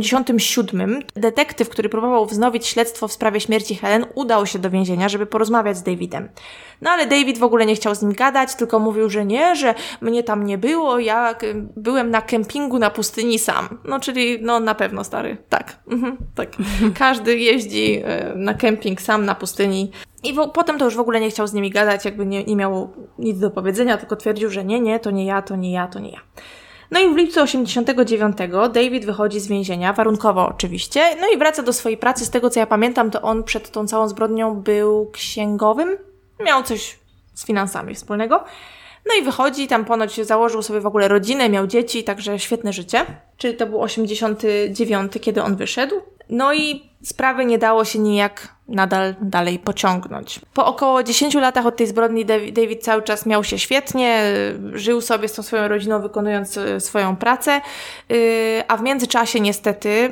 87, detektyw, który próbował wznowić śledztwo w sprawie śmierci Helen, udał się do więzienia, żeby porozmawiać z Davidem. No ale David w ogóle nie chciał z nim gadać, tylko mówił, że nie, że mnie tam nie było, ja byłem na kempingu na pustyni sam. No czyli no na pewno stary, tak. Tak. Każdy jeździ na kemping sam na pustyni I potem to już w ogóle nie chciał z nimi gadać, jakby nie miał nic do powiedzenia, tylko twierdził, że nie, to nie ja. No i w lipcu 89 David wychodzi z więzienia, warunkowo oczywiście, no i wraca do swojej pracy. Z tego co ja pamiętam, to on przed tą całą zbrodnią był księgowym, miał coś z finansami wspólnego. No i wychodzi, tam ponoć założył sobie w ogóle rodzinę, miał dzieci, także świetne życie. Czyli to był 89, kiedy on wyszedł. No i sprawy nie dało się nijak dalej pociągnąć. Po około 10 latach od tej zbrodni David cały czas miał się świetnie, żył sobie z tą swoją rodziną, wykonując swoją pracę, a w międzyczasie niestety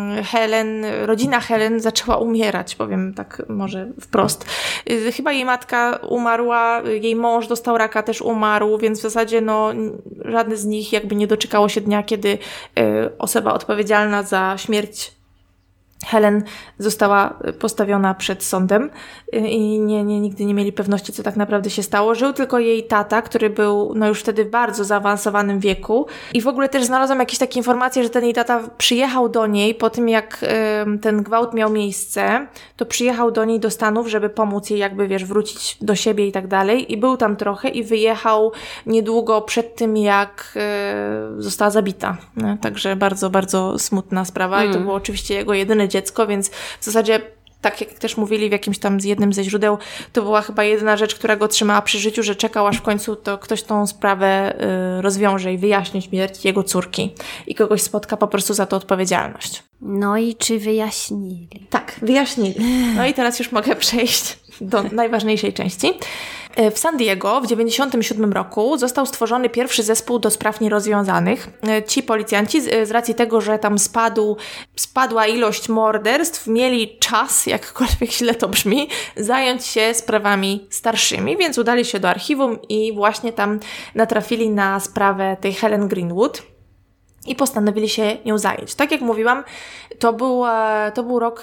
rodzina Helen zaczęła umierać, powiem tak może wprost. Chyba jej matka umarła, jej mąż dostał raka, też umarł, więc w zasadzie żadne z nich jakby nie doczekało się dnia, kiedy osoba odpowiedzialna za śmierć Helen została postawiona przed sądem i nigdy nie mieli pewności, co tak naprawdę się stało. Żył tylko jej tata, który był już wtedy w bardzo zaawansowanym wieku i w ogóle też znalazłam jakieś takie informacje, że ten jej tata przyjechał do niej po tym, jak ten gwałt miał miejsce, to przyjechał do niej do Stanów, żeby pomóc jej jakby, wrócić do siebie i tak dalej i był tam trochę i wyjechał niedługo przed tym, jak została zabita. Także bardzo, bardzo smutna sprawa i to było oczywiście jego jedyne dziecko, więc w zasadzie, tak jak też mówili w jakimś tam jednym ze źródeł, to była chyba jedyna rzecz, która go trzymała przy życiu, że czekał, aż w końcu to ktoś tą sprawę rozwiąże i wyjaśni śmierć jego córki i kogoś spotka po prostu za to odpowiedzialność. No i czy wyjaśnili? Tak, wyjaśnili. No i teraz już mogę przejść do najważniejszej części. W San Diego w 1997 roku został stworzony pierwszy zespół do spraw nierozwiązanych. Ci policjanci z racji tego, że tam spadła ilość morderstw, mieli czas, jakkolwiek źle to brzmi, zająć się sprawami starszymi, więc udali się do archiwum i właśnie tam natrafili na sprawę tej Helen Greenwood i postanowili się nią zająć. Tak jak mówiłam, to był rok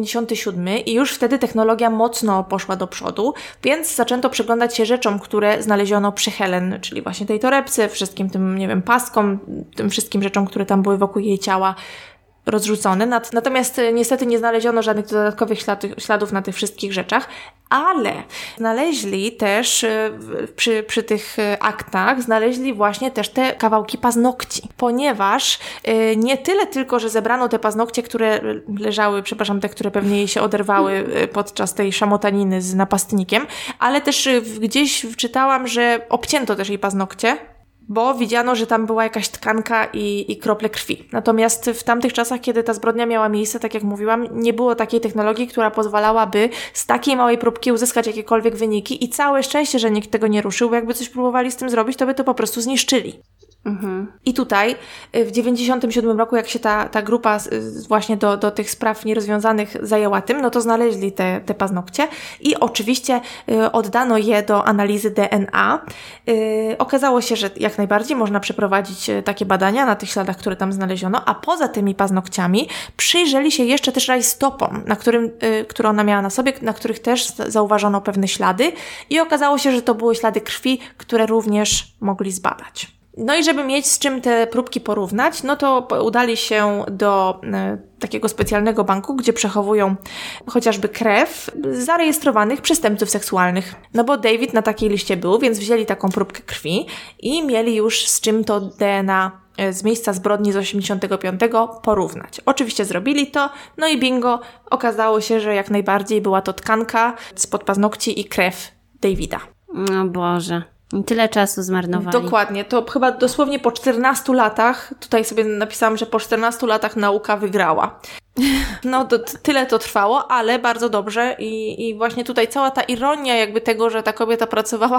97 i już wtedy technologia mocno poszła do przodu, więc zaczęto przyglądać się rzeczom, które znaleziono przy Helen, czyli właśnie tej torebce, wszystkim tym, paskom, tym wszystkim rzeczom, które tam były wokół jej ciała rozrzucone. Natomiast niestety nie znaleziono żadnych dodatkowych śladów na tych wszystkich rzeczach, ale znaleźli też przy tych aktach, znaleźli właśnie też te kawałki paznokci, ponieważ nie tyle tylko, że zebrano te paznokcie, które leżały, te, które pewnie jej się oderwały podczas tej szamotaniny z napastnikiem, ale też gdzieś czytałam, że obcięto też jej paznokcie, bo widziano, że tam była jakaś tkanka i krople krwi. Natomiast w tamtych czasach, kiedy ta zbrodnia miała miejsce, tak jak mówiłam, nie było takiej technologii, która pozwalałaby z takiej małej próbki uzyskać jakiekolwiek wyniki i całe szczęście, że nikt tego nie ruszył, bo jakby coś próbowali z tym zrobić, to by to po prostu zniszczyli. Mhm. I tutaj w 97 roku, jak się ta grupa właśnie do tych spraw nierozwiązanych zajęła tym, no to znaleźli te paznokcie i oczywiście oddano je do analizy DNA. Okazało się, że jak najbardziej można przeprowadzić takie badania na tych śladach, które tam znaleziono, a poza tymi paznokciami przyjrzeli się jeszcze też rajstopom, które ona miała na sobie, na których też zauważono pewne ślady i okazało się, że to były ślady krwi, które również mogli zbadać. No i żeby mieć z czym te próbki porównać, no to udali się do takiego specjalnego banku, gdzie przechowują chociażby krew zarejestrowanych przestępców seksualnych. No bo David na takiej liście był, więc wzięli taką próbkę krwi i mieli już z czym to DNA z miejsca zbrodni z 85 porównać. Oczywiście zrobili to, no i bingo, okazało się, że jak najbardziej była to tkanka spod paznokci i krew Davida. O Boże. I tyle czasu zmarnowali. Dokładnie. To chyba dosłownie po 14 latach, tutaj sobie napisałam, że po 14 latach nauka wygrała. No tyle to trwało, ale bardzo dobrze i właśnie tutaj cała ta ironia jakby tego, że ta kobieta pracowała,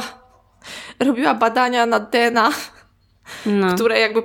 robiła badania nad DNA, które jakby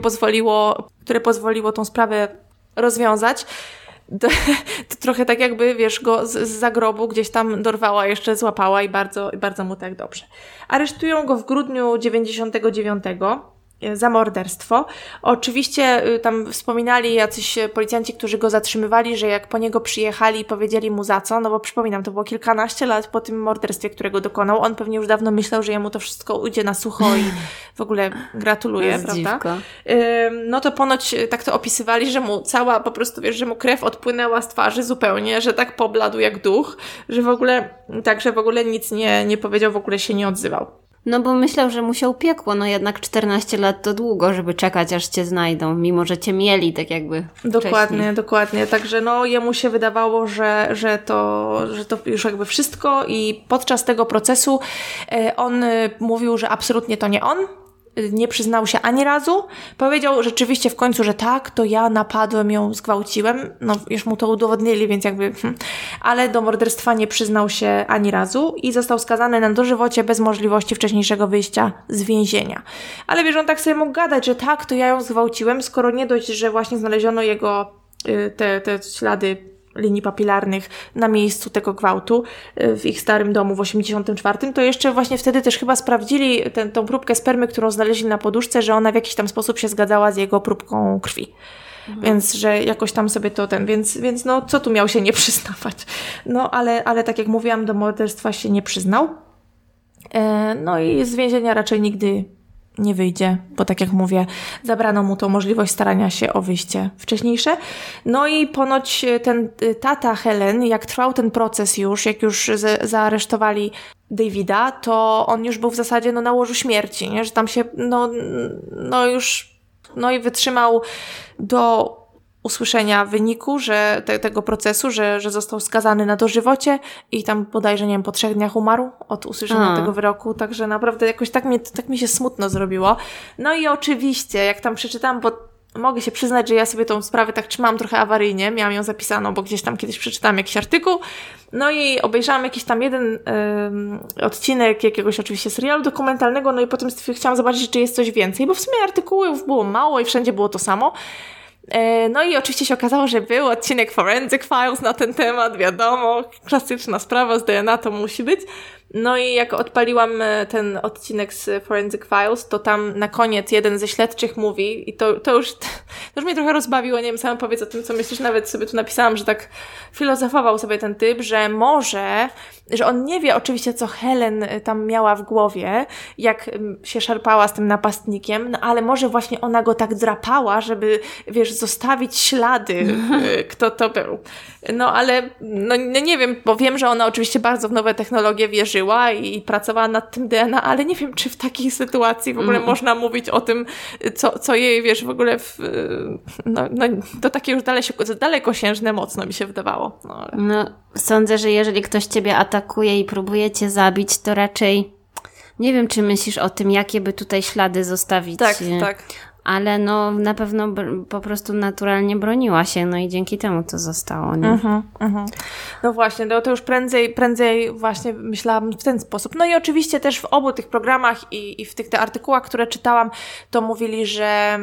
pozwoliło tą sprawę rozwiązać. To trochę tak jakby, go z zagrobu gdzieś tam dorwała, jeszcze złapała i bardzo mu tak dobrze. Aresztują go w grudniu 99 za morderstwo. Oczywiście tam wspominali jacyś policjanci, którzy go zatrzymywali, że jak po niego przyjechali i powiedzieli mu za co, no bo przypominam, to było kilkanaście lat po tym morderstwie, którego dokonał. On pewnie już dawno myślał, że jemu to wszystko ujdzie na sucho i w ogóle gratuluję, prawda? No to ponoć tak to opisywali, że mu cała po prostu, wiesz, że mu krew odpłynęła z twarzy zupełnie, że tak pobladł jak duch, że w ogóle nic nie powiedział, w ogóle się nie odzywał. No bo myślał, że mu się upiekło, no jednak 14 lat to długo, żeby czekać, aż cię znajdą, mimo że cię mieli tak jakby wcześniej. Dokładnie. Także no jemu się wydawało, że to już jakby wszystko i podczas tego procesu on mówił, że absolutnie to nie on. Nie przyznał się ani razu. Powiedział rzeczywiście w końcu, że tak, to ja napadłem ją, zgwałciłem. No już mu to udowodnili, więc jakby... Ale do morderstwa nie przyznał się ani razu i został skazany na dożywocie bez możliwości wcześniejszego wyjścia z więzienia. Ale wiesz, on tak sobie mógł gadać, że tak, to ja ją zgwałciłem, skoro nie dość, że właśnie znaleziono jego te ślady linii papilarnych na miejscu tego gwałtu w ich starym domu w 84, to jeszcze właśnie wtedy też chyba sprawdzili tą próbkę spermy, którą znaleźli na poduszce, że ona w jakiś tam sposób się zgadzała z jego próbką krwi. Więc, że jakoś tam sobie to więc no co tu miał się nie przyznawać? No ale tak jak mówiłam, do morderstwa się nie przyznał. No i z więzienia raczej nigdy nie wyjdzie, bo tak jak mówię, zabrano mu tą możliwość starania się o wyjście wcześniejsze. No i ponoć ten tata Helen, jak trwał ten proces jak już zaaresztowali Davida, to on już był w zasadzie na łożu śmierci, nie? Że tam się i wytrzymał do usłyszenia wyniku, że tego procesu, że został skazany na dożywocie i tam bodajże, nie wiem, po 3 dniach umarł od usłyszenia tego wyroku, także naprawdę jakoś tak mi się smutno zrobiło. No i oczywiście, jak tam przeczytałam, bo mogę się przyznać, że ja sobie tą sprawę tak trzymałam trochę awaryjnie, miałam ją zapisaną, bo gdzieś tam kiedyś przeczytałam jakiś artykuł, no i obejrzałam jakiś tam jeden odcinek jakiegoś oczywiście serialu dokumentalnego, no i potem chciałam zobaczyć, czy jest coś więcej, bo w sumie artykułów było mało i wszędzie było to samo. No i oczywiście się okazało, że był odcinek Forensic Files na ten temat, wiadomo, klasyczna sprawa z DNA to musi być. No i jak odpaliłam ten odcinek z Forensic Files, to tam na koniec jeden ze śledczych mówi, i to już mnie trochę rozbawiło, nie wiem, sam powiedz o tym, co myślisz, nawet sobie tu napisałam, że tak filozofował sobie ten typ, że on nie wie oczywiście, co Helen tam miała w głowie, jak się szarpała z tym napastnikiem, no ale może właśnie ona go tak drapała, żeby, wiesz, zostawić ślady, kto to był. No ale, no nie wiem, bo wiem, że ona oczywiście bardzo w nowe technologie wierzyła i pracowała nad tym DNA, ale nie wiem, czy w takiej sytuacji w ogóle można mówić o tym, co jej, wiesz, w ogóle to takie już dalekosiężne mocno mi się wydawało. No, sądzę, że jeżeli ktoś ciebie atakuje i próbuje cię zabić, to raczej nie wiem, czy myślisz o tym, jakie by tutaj ślady zostawić. Tak. Ale no na pewno po prostu naturalnie broniła się, no i dzięki temu to zostało, nie? No właśnie, no to już prędzej właśnie myślałam w ten sposób. No i oczywiście też w obu tych programach i w tych artykułach, które czytałam, to mówili, że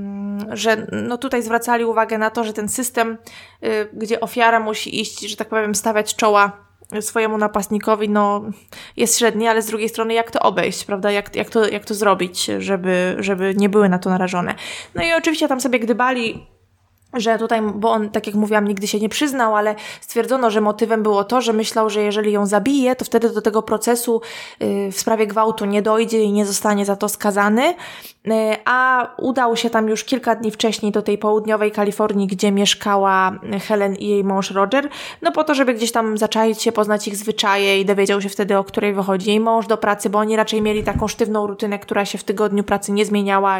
no tutaj zwracali uwagę na to, że ten system, gdzie ofiara musi iść, że tak powiem, stawiać czoła swojemu napastnikowi, no jest średni, ale z drugiej strony jak to obejść, prawda? Jak to zrobić, żeby nie były na to narażone. No i oczywiście tam sobie gdybali, że tutaj, bo on, tak jak mówiłam, nigdy się nie przyznał, ale stwierdzono, że motywem było to, że myślał, że jeżeli ją zabije, to wtedy do tego procesu w sprawie gwałtu nie dojdzie i nie zostanie za to skazany, a udał się tam już kilka dni wcześniej do tej południowej Kalifornii, gdzie mieszkała Helen i jej mąż Roger, no po to, żeby gdzieś tam zaczaić się, poznać ich zwyczaje i dowiedział się wtedy, o której wychodzi jej mąż do pracy, bo oni raczej mieli taką sztywną rutynę, która się w tygodniu pracy nie zmieniała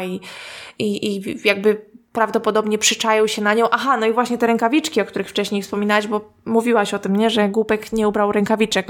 i jakby prawdopodobnie przyczaił się na nią. Aha, no i właśnie te rękawiczki, o których wcześniej wspominałaś, bo mówiłaś o tym, nie, że głupek nie ubrał rękawiczek.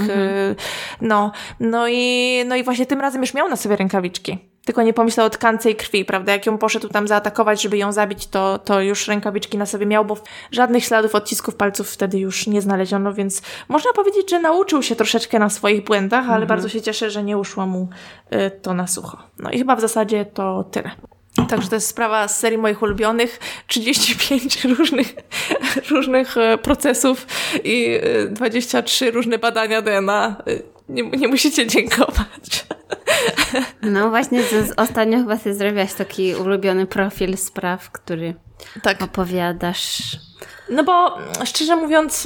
No i właśnie tym razem już miał na sobie rękawiczki. Tylko nie pomyślał o tkance i krwi, prawda? Jak ją poszedł tam zaatakować, żeby ją zabić, to już rękawiczki na sobie miał, bo żadnych śladów odcisków palców wtedy już nie znaleziono, więc można powiedzieć, że nauczył się troszeczkę na swoich błędach, ale bardzo się cieszę, że nie uszło mu to na sucho. No i chyba w zasadzie to tyle. Także to jest sprawa z serii moich ulubionych. 35 różnych procesów i 23 różne badania DNA. Nie musicie dziękować. No właśnie, ostatnio chyba ty zrobiłaś taki ulubiony profil spraw, który opowiadasz. No bo szczerze mówiąc,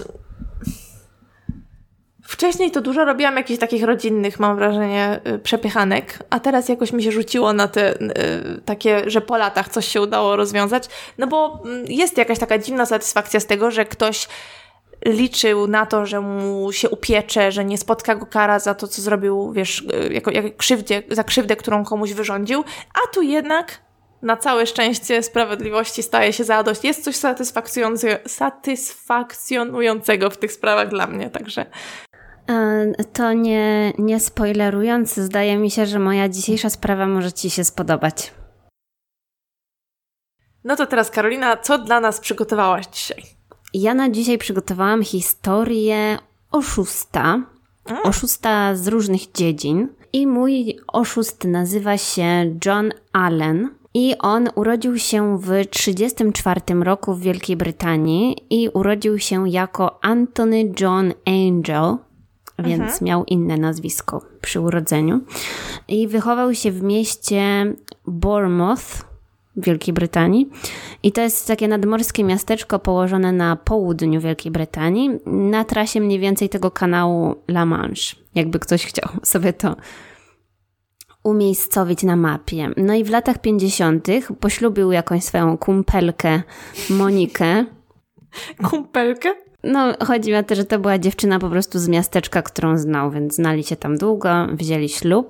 wcześniej to dużo robiłam jakichś takich rodzinnych, mam wrażenie, przepychanek, a teraz jakoś mi się rzuciło na te takie, że po latach coś się udało rozwiązać, no bo jest jakaś taka dziwna satysfakcja z tego, że ktoś liczył na to, że mu się upiecze, że nie spotka go kara za to, co zrobił, wiesz, za krzywdę, którą komuś wyrządził, a tu jednak na całe szczęście sprawiedliwości staje się zadość. Jest coś satysfakcjonującego w tych sprawach dla mnie, także... To nie spoilerując, zdaje mi się, że moja dzisiejsza sprawa może ci się spodobać. No to teraz, Karolina, co dla nas przygotowałaś dzisiaj? Ja na dzisiaj przygotowałam historię oszusta z różnych dziedzin. I mój oszust nazywa się John Allen. I on urodził się w 1934 roku w Wielkiej Brytanii i urodził się jako Anthony John Angel, więc miał inne nazwisko przy urodzeniu. I wychował się w mieście Bournemouth w Wielkiej Brytanii. I to jest takie nadmorskie miasteczko położone na południu Wielkiej Brytanii, na trasie mniej więcej tego kanału La Manche, jakby ktoś chciał sobie to umiejscowić na mapie. No i w latach 50. poślubił jakąś swoją kumpelkę Monikę. Kumpelkę? No, chodzi o to, że to była dziewczyna po prostu z miasteczka, którą znał, więc znali się tam długo, wzięli ślub.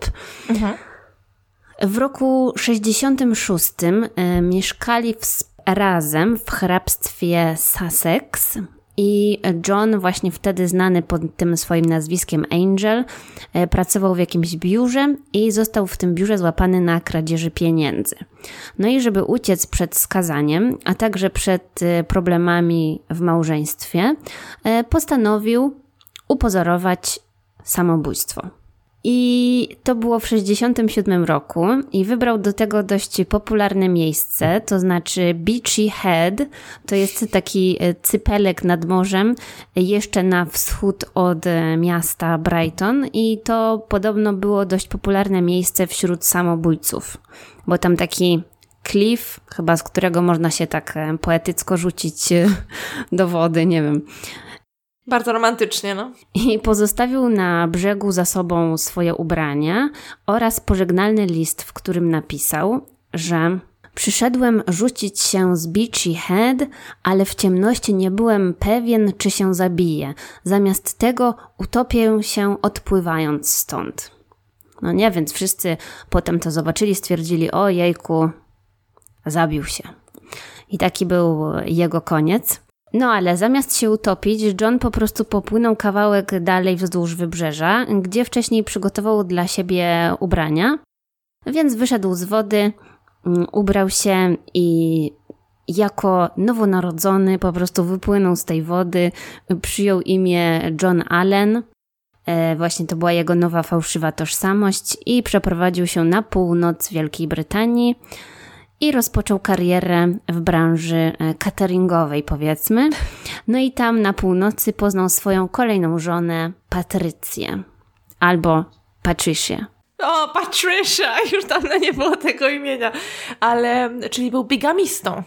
W roku 66 mieszkali razem w hrabstwie Sussex i John, właśnie wtedy znany pod tym swoim nazwiskiem Angel, pracował w jakimś biurze i został w tym biurze złapany na kradzieży pieniędzy. No i żeby uciec przed skazaniem, a także przed problemami w małżeństwie, postanowił upozorować samobójstwo. I to było w 1967 roku i wybrał do tego dość popularne miejsce, to znaczy Beachy Head, to jest taki cypelek nad morzem, jeszcze na wschód od miasta Brighton i to podobno było dość popularne miejsce wśród samobójców, bo tam taki klif, chyba z którego można się tak poetycko rzucić do wody, nie wiem. Bardzo romantycznie, no. I pozostawił na brzegu za sobą swoje ubrania oraz pożegnalny list, w którym napisał, że przyszedłem rzucić się z Beachy Head, ale w ciemności nie byłem pewien, czy się zabiję. Zamiast tego utopię się odpływając stąd. No nie, więc wszyscy potem to zobaczyli, stwierdzili, o jejku, zabił się. I taki był jego koniec. No ale zamiast się utopić, John po prostu popłynął kawałek dalej wzdłuż wybrzeża, gdzie wcześniej przygotował dla siebie ubrania, więc wyszedł z wody, ubrał się i jako nowonarodzony po prostu wypłynął z tej wody, przyjął imię John Allen, właśnie to była jego nowa fałszywa tożsamość i przeprowadził się na północ Wielkiej Brytanii, i rozpoczął karierę w branży cateringowej, powiedzmy. No i tam na północy poznał swoją kolejną żonę, Patrycję. Albo Patricia. O, Patricia! Już dawno nie było tego imienia. Ale, czyli był bigamistą.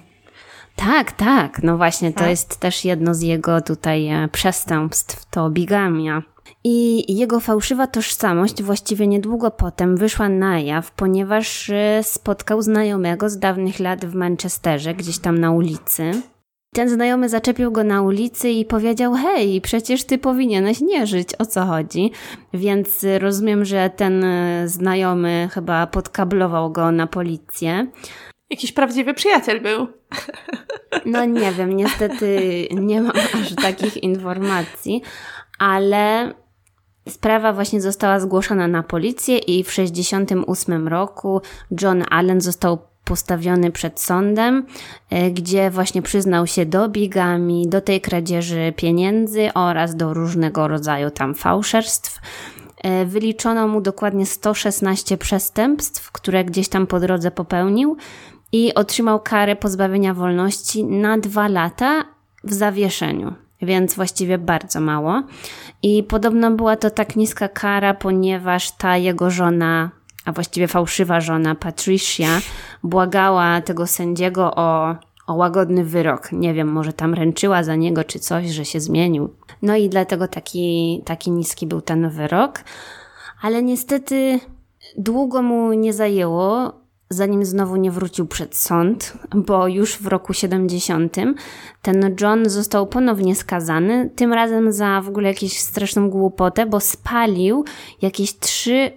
Tak. No właśnie, to jest też jedno z jego tutaj przestępstw, to bigamia. I jego fałszywa tożsamość właściwie niedługo potem wyszła na jaw, ponieważ spotkał znajomego z dawnych lat w Manchesterze, gdzieś tam na ulicy. Ten znajomy zaczepił go na ulicy i powiedział, hej, przecież ty powinieneś nie żyć, o co chodzi? Więc rozumiem, że ten znajomy chyba podkablował go na policję. Jakiś prawdziwy przyjaciel był. No nie wiem, niestety nie mam aż takich informacji, ale sprawa właśnie została zgłoszona na policję i w 1968 roku John Allen został postawiony przed sądem, gdzie właśnie przyznał się do bigamii, do tej kradzieży pieniędzy oraz do różnego rodzaju tam fałszerstw. Wyliczono mu dokładnie 116 przestępstw, które gdzieś tam po drodze popełnił i otrzymał karę pozbawienia wolności na 2 lata w zawieszeniu. Więc właściwie bardzo mało. I podobno była to tak niska kara, ponieważ ta jego żona a właściwie fałszywa żona Patricia, błagała tego sędziego o łagodny wyrok. Nie wiem, może tam ręczyła za niego czy coś, że się zmienił. No i dlatego taki niski był ten wyrok. Ale niestety długo mu nie zajęło, zanim znowu nie wrócił przed sąd, bo już w roku 70 ten John został ponownie skazany, tym razem za w ogóle jakąś straszną głupotę, bo spalił jakieś 3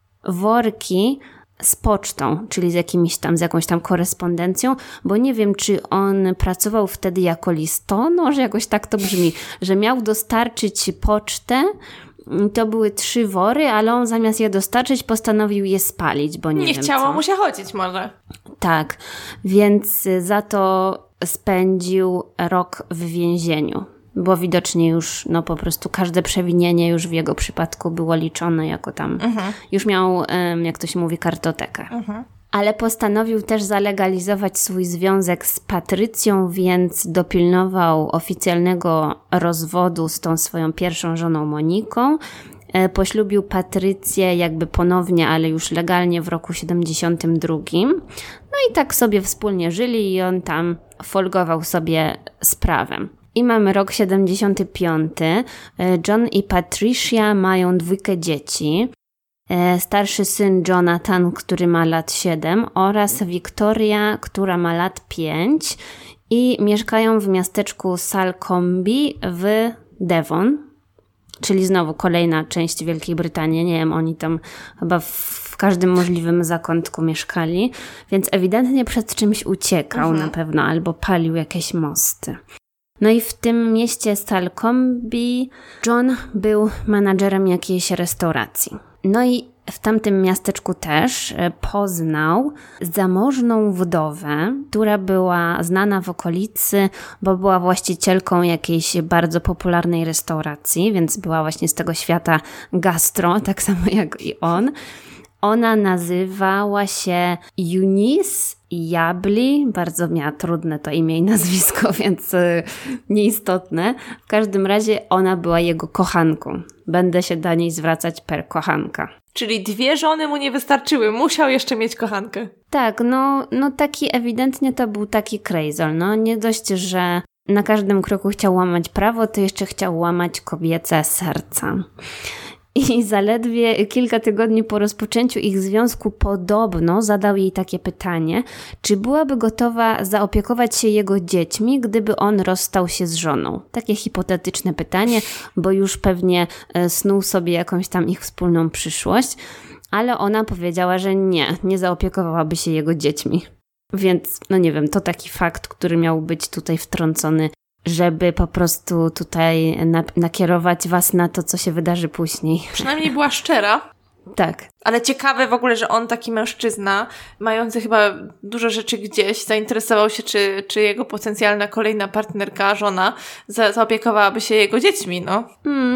worki z pocztą, czyli z jakąś tam korespondencją, bo nie wiem, czy on pracował wtedy jako listonosz, jakoś tak to brzmi, że miał dostarczyć pocztę. To były 3 wory, ale on zamiast je dostarczyć postanowił je spalić, bo nie wiem chciało co. mu się chodzić może. Tak, więc za to spędził rok w więzieniu, bo widocznie już po prostu każde przewinienie już w jego przypadku było liczone jako tam, już miał, jak to się mówi, kartotekę. Ale postanowił też zalegalizować swój związek z Patrycją, więc dopilnował oficjalnego rozwodu z tą swoją pierwszą żoną Moniką. Poślubił Patrycję jakby ponownie, ale już legalnie w roku 72. No i tak sobie wspólnie żyli i on tam folgował sobie z prawem. I mamy rok 75. John i Patricia mają 2 dzieci. Starszy syn Jonathan, który ma lat 7 oraz Victoria, która ma lat 5 i mieszkają w miasteczku Salcombe w Devon, czyli znowu kolejna część Wielkiej Brytanii. Nie wiem, oni tam chyba w każdym możliwym zakątku mieszkali, więc ewidentnie przed czymś uciekał na pewno albo palił jakieś mosty. No i w tym mieście Salcombe John był menadżerem jakiejś restauracji. No i w tamtym miasteczku też poznał zamożną wdowę, która była znana w okolicy, bo była właścicielką jakiejś bardzo popularnej restauracji, więc była właśnie z tego świata gastro, tak samo jak i on. Ona nazywała się Eunice Jabli, bardzo miała trudne to imię i nazwisko, więc nieistotne. W każdym razie ona była jego kochanką. Będę się do niej zwracać per kochanka. Czyli 2 żony mu nie wystarczyły, musiał jeszcze mieć kochankę. Tak, no taki ewidentnie to był taki krejzol. No nie dość, że na każdym kroku chciał łamać prawo, to jeszcze chciał łamać kobiece serca. I zaledwie kilka tygodni po rozpoczęciu ich związku podobno zadał jej takie pytanie, czy byłaby gotowa zaopiekować się jego dziećmi, gdyby on rozstał się z żoną. Takie hipotetyczne pytanie, bo już pewnie snuł sobie jakąś tam ich wspólną przyszłość, ale ona powiedziała, że nie zaopiekowałaby się jego dziećmi. Więc, nie wiem, to taki fakt, który miał być tutaj wtrącony, żeby po prostu tutaj nakierować was na to, co się wydarzy później. Przynajmniej była szczera. Tak. Ale ciekawe w ogóle, że on, taki mężczyzna, mający chyba dużo rzeczy gdzieś, zainteresował się, czy jego potencjalna kolejna partnerka, żona, zaopiekowałaby się jego dziećmi, no.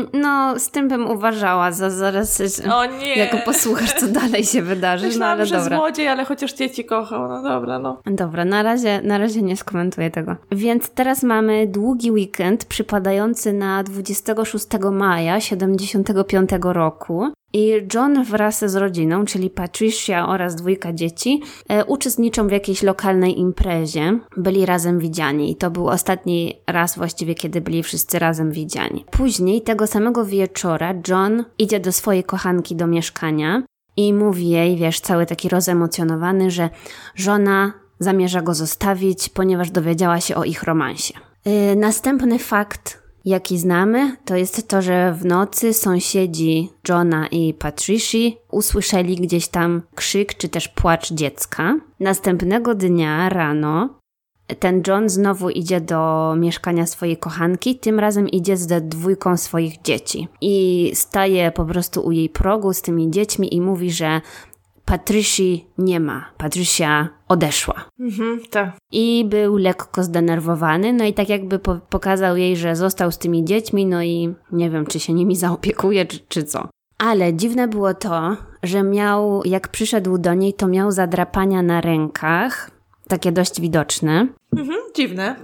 Z tym bym uważała, zaraz o nie. Jak posłuchasz, co dalej się wydarzy. Myślałam, ale że dobra. złodziej, ale chociaż dzieci kochał, no dobra, no. Dobra, na razie nie skomentuję tego. Więc teraz mamy długi weekend przypadający na 26 maja 75 roku. I John wraz z rodziną, czyli Patricia oraz 2 dzieci, uczestniczą w jakiejś lokalnej imprezie. Byli razem widziani i to był ostatni raz właściwie, kiedy byli wszyscy razem widziani. Później tego samego wieczora John idzie do swojej kochanki do mieszkania i mówi jej, cały taki rozemocjonowany, że żona zamierza go zostawić, ponieważ dowiedziała się o ich romansie. Następny fakt, jaki znamy, to jest to, że w nocy sąsiedzi Johna i Patricia usłyszeli gdzieś tam krzyk czy też płacz dziecka. Następnego dnia rano ten John znowu idzie do mieszkania swojej kochanki, tym razem idzie z 2 swoich dzieci. I staje po prostu u jej progu z tymi dziećmi i mówi, że Patricia nie ma. Patricia odeszła. Tak. I był lekko zdenerwowany, no i tak jakby pokazał jej, że został z tymi dziećmi, no i nie wiem, czy się nimi zaopiekuje, czy co. Ale dziwne było to, że jak przyszedł do niej, to miał zadrapania na rękach, takie dość widoczne. Dziwne.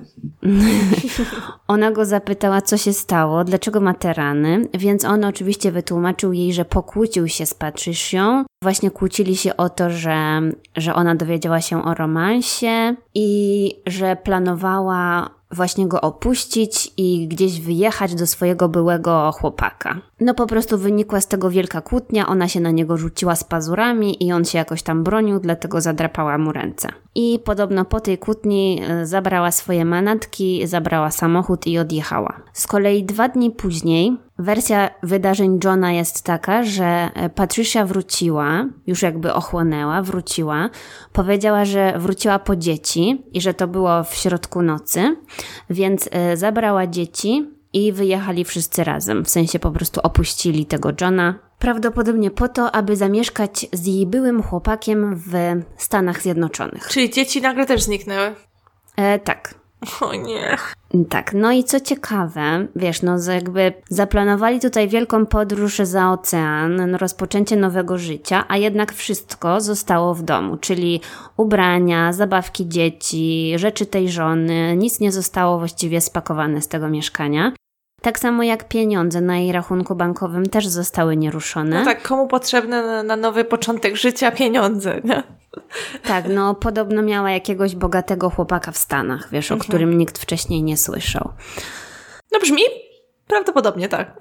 Ona go zapytała, co się stało, dlaczego ma te rany, więc on oczywiście wytłumaczył jej, że pokłócił się z Patricią. Właśnie kłócili się o to, że ona dowiedziała się o romansie i że planowała właśnie go opuścić i gdzieś wyjechać do swojego byłego chłopaka. No po prostu wynikła z tego wielka kłótnia, ona się na niego rzuciła z pazurami i on się jakoś tam bronił, dlatego zadrapała mu ręce. I podobno po tej kłótni zabrała swoje manatki, zabrała samochód i odjechała. Z kolei 2 dni później wersja wydarzeń Johna jest taka, że Patricia wróciła, już jakby ochłonęła, wróciła, powiedziała, że wróciła po dzieci i że to było w środku nocy, więc zabrała dzieci i wyjechali wszyscy razem, w sensie po prostu opuścili tego Johna, prawdopodobnie po to, aby zamieszkać z jej byłym chłopakiem w Stanach Zjednoczonych. Czyli dzieci nagle też zniknęły? Tak. O nie. Tak, no i co ciekawe, wiesz, no jakby zaplanowali tutaj wielką podróż za ocean, rozpoczęcie nowego życia, a jednak wszystko zostało w domu, czyli ubrania, zabawki dzieci, rzeczy tej żony, nic nie zostało właściwie spakowane z tego mieszkania. Tak samo jak pieniądze na jej rachunku bankowym też zostały nieruszone. No tak, komu potrzebne na nowy początek życia pieniądze, nie? Tak, no podobno miała jakiegoś bogatego chłopaka w Stanach, wiesz, o którym nikt wcześniej nie słyszał. No brzmi prawdopodobnie tak.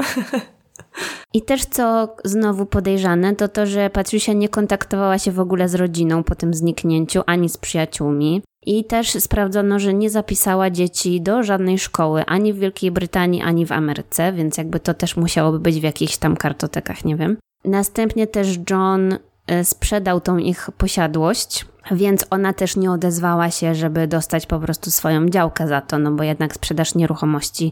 I też co znowu podejrzane, to to, że Patricia nie kontaktowała się w ogóle z rodziną po tym zniknięciu, ani z przyjaciółmi. I też sprawdzono, że nie zapisała dzieci do żadnej szkoły, ani w Wielkiej Brytanii, ani w Ameryce, więc jakby to też musiałoby być w jakichś tam kartotekach, nie wiem. Następnie też John sprzedał tą ich posiadłość, więc ona też nie odezwała się, żeby dostać po prostu swoją działkę za to, no bo jednak sprzedaż nieruchomości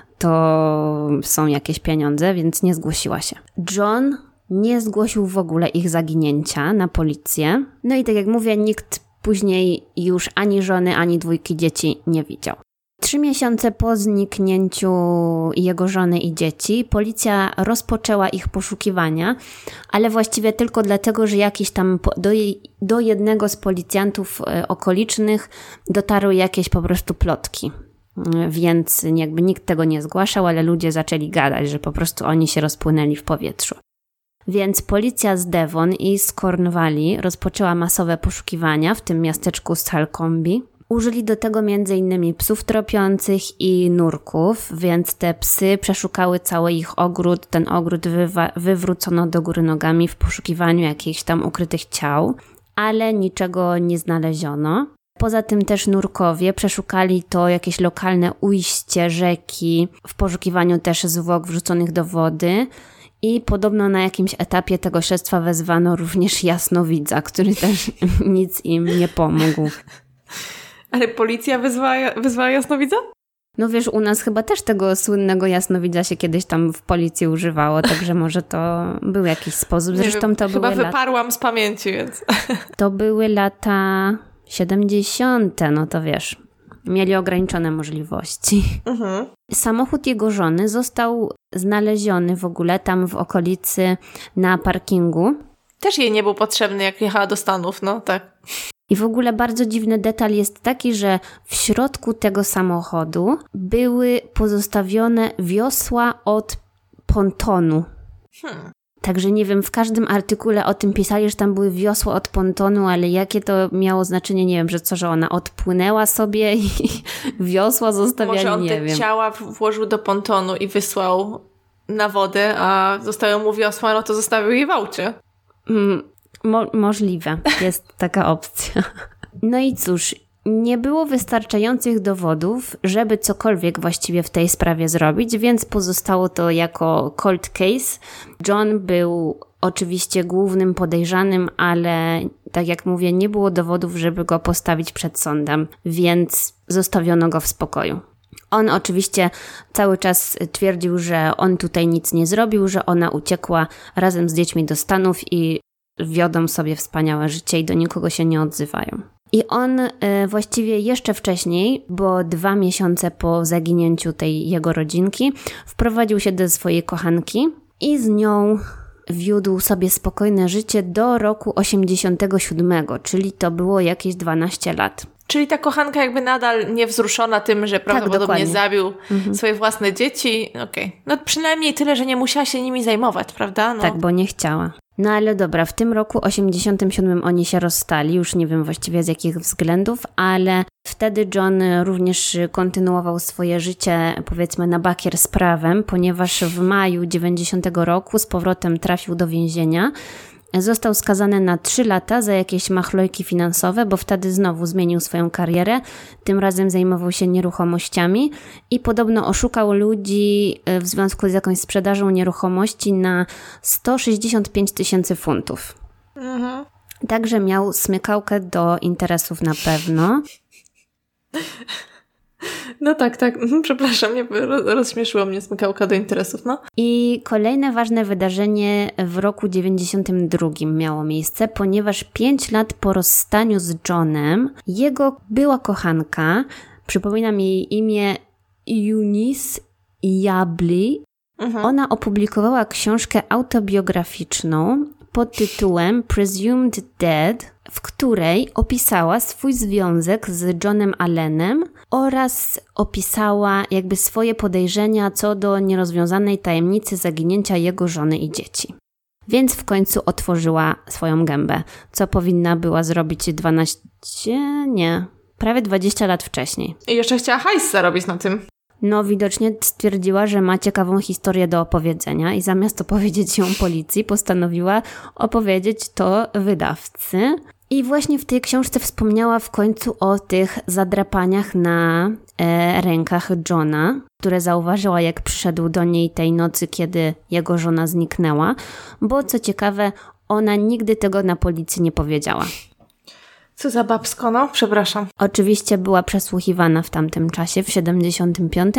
to są jakieś pieniądze, więc nie zgłosiła się. John nie zgłosił w ogóle ich zaginięcia na policję. No i tak jak mówię, nikt później już ani żony, ani 2 dzieci nie widział. 3 miesiące po zniknięciu jego żony i dzieci policja rozpoczęła ich poszukiwania, ale właściwie tylko dlatego, że jakiś tam do jednego z policjantów okolicznych dotarły jakieś po prostu plotki. Więc jakby nikt tego nie zgłaszał, ale ludzie zaczęli gadać, że po prostu oni się rozpłynęli w powietrzu. Więc policja z Devon i z Cornwalli rozpoczęła masowe poszukiwania w tym miasteczku Salcombe. Użyli do tego m.in. psów tropiących i nurków, więc te psy przeszukały cały ich ogród. Ten ogród wywrócono do góry nogami w poszukiwaniu jakichś tam ukrytych ciał, ale niczego nie znaleziono. Poza tym też nurkowie przeszukali to jakieś lokalne ujście rzeki w poszukiwaniu też zwłok wrzuconych do wody. I podobno na jakimś etapie tego śledztwa wezwano również jasnowidza, który też nic im nie pomógł. Ale policja wyzwała jasnowidza? No wiesz, u nas chyba też tego słynnego jasnowidza się kiedyś tam w policji używało, także może to był jakiś sposób. Zresztą to chyba wyparłam z pamięci, więc... To były lata 70., no to wiesz, mieli ograniczone możliwości. Samochód jego żony został znaleziony w ogóle tam w okolicy na parkingu. Też jej nie był potrzebny, jak jechała do Stanów, no tak. I w ogóle bardzo dziwny detal jest taki, że w środku tego samochodu były pozostawione wiosła od pontonu. Także nie wiem, w każdym artykule o tym pisali, że tam były wiosła od pontonu, ale jakie to miało znaczenie, nie wiem, że ona odpłynęła sobie i wiosła zostawiali, może on nie te wiem. ciała włożył do pontonu i wysłał na wodę, a zostały mu wiosła, no to zostawił je w aucie. Możliwe, jest taka opcja. No i cóż, nie było wystarczających dowodów, żeby cokolwiek właściwie w tej sprawie zrobić, więc pozostało to jako cold case. John był oczywiście głównym podejrzanym, ale tak jak mówię, nie było dowodów, żeby go postawić przed sądem, więc zostawiono go w spokoju. On oczywiście cały czas twierdził, że on tutaj nic nie zrobił, że ona uciekła razem z dziećmi do Stanów i wiodą sobie wspaniałe życie i do nikogo się nie odzywają. I on właściwie jeszcze wcześniej, bo 2 miesiące po zaginięciu tej jego rodzinki, wprowadził się do swojej kochanki i z nią wiódł sobie spokojne życie do roku 87, czyli to było jakieś 12 lat. Czyli ta kochanka jakby nadal niewzruszona tym, że prawdopodobnie dokładnie. zabił swoje własne dzieci. Okej. No przynajmniej tyle, że nie musiała się nimi zajmować, prawda? No. Tak, bo nie chciała. No ale dobra, w tym roku 87 oni się rozstali, już nie wiem właściwie z jakich względów, ale wtedy John również kontynuował swoje życie, powiedzmy, na bakier z prawem, ponieważ w maju 90 roku z powrotem trafił do więzienia. Został skazany na 3 lata za jakieś machlojki finansowe, bo wtedy znowu zmienił swoją karierę. Tym razem zajmował się nieruchomościami i podobno oszukał ludzi w związku z jakąś sprzedażą nieruchomości na 165 000 funtów. Także miał smykałkę do interesów na pewno. No tak. Przepraszam, rozśmieszyło mnie smykałka do interesów, no. I kolejne ważne wydarzenie w roku 92 miało miejsce, ponieważ 5 lat po rozstaniu z Johnem, jego była kochanka, przypominam jej imię Eunice Yabli, ona opublikowała książkę autobiograficzną pod tytułem Presumed Dead, w której opisała swój związek z Johnem Allenem oraz opisała jakby swoje podejrzenia co do nierozwiązanej tajemnicy zaginięcia jego żony i dzieci. Więc w końcu otworzyła swoją gębę, co powinna była zrobić prawie 20 lat wcześniej. I jeszcze chciała hajs zarobić na tym. No widocznie stwierdziła, że ma ciekawą historię do opowiedzenia i zamiast opowiedzieć ją policji, postanowiła opowiedzieć to wydawcy. I właśnie w tej książce wspomniała w końcu o tych zadrapaniach na rękach Johna, które zauważyła, jak przyszedł do niej tej nocy, kiedy jego żona zniknęła, bo co ciekawe, ona nigdy tego na policji nie powiedziała. Co za babsko, no? Przepraszam. Oczywiście była przesłuchiwana w tamtym czasie, w 75,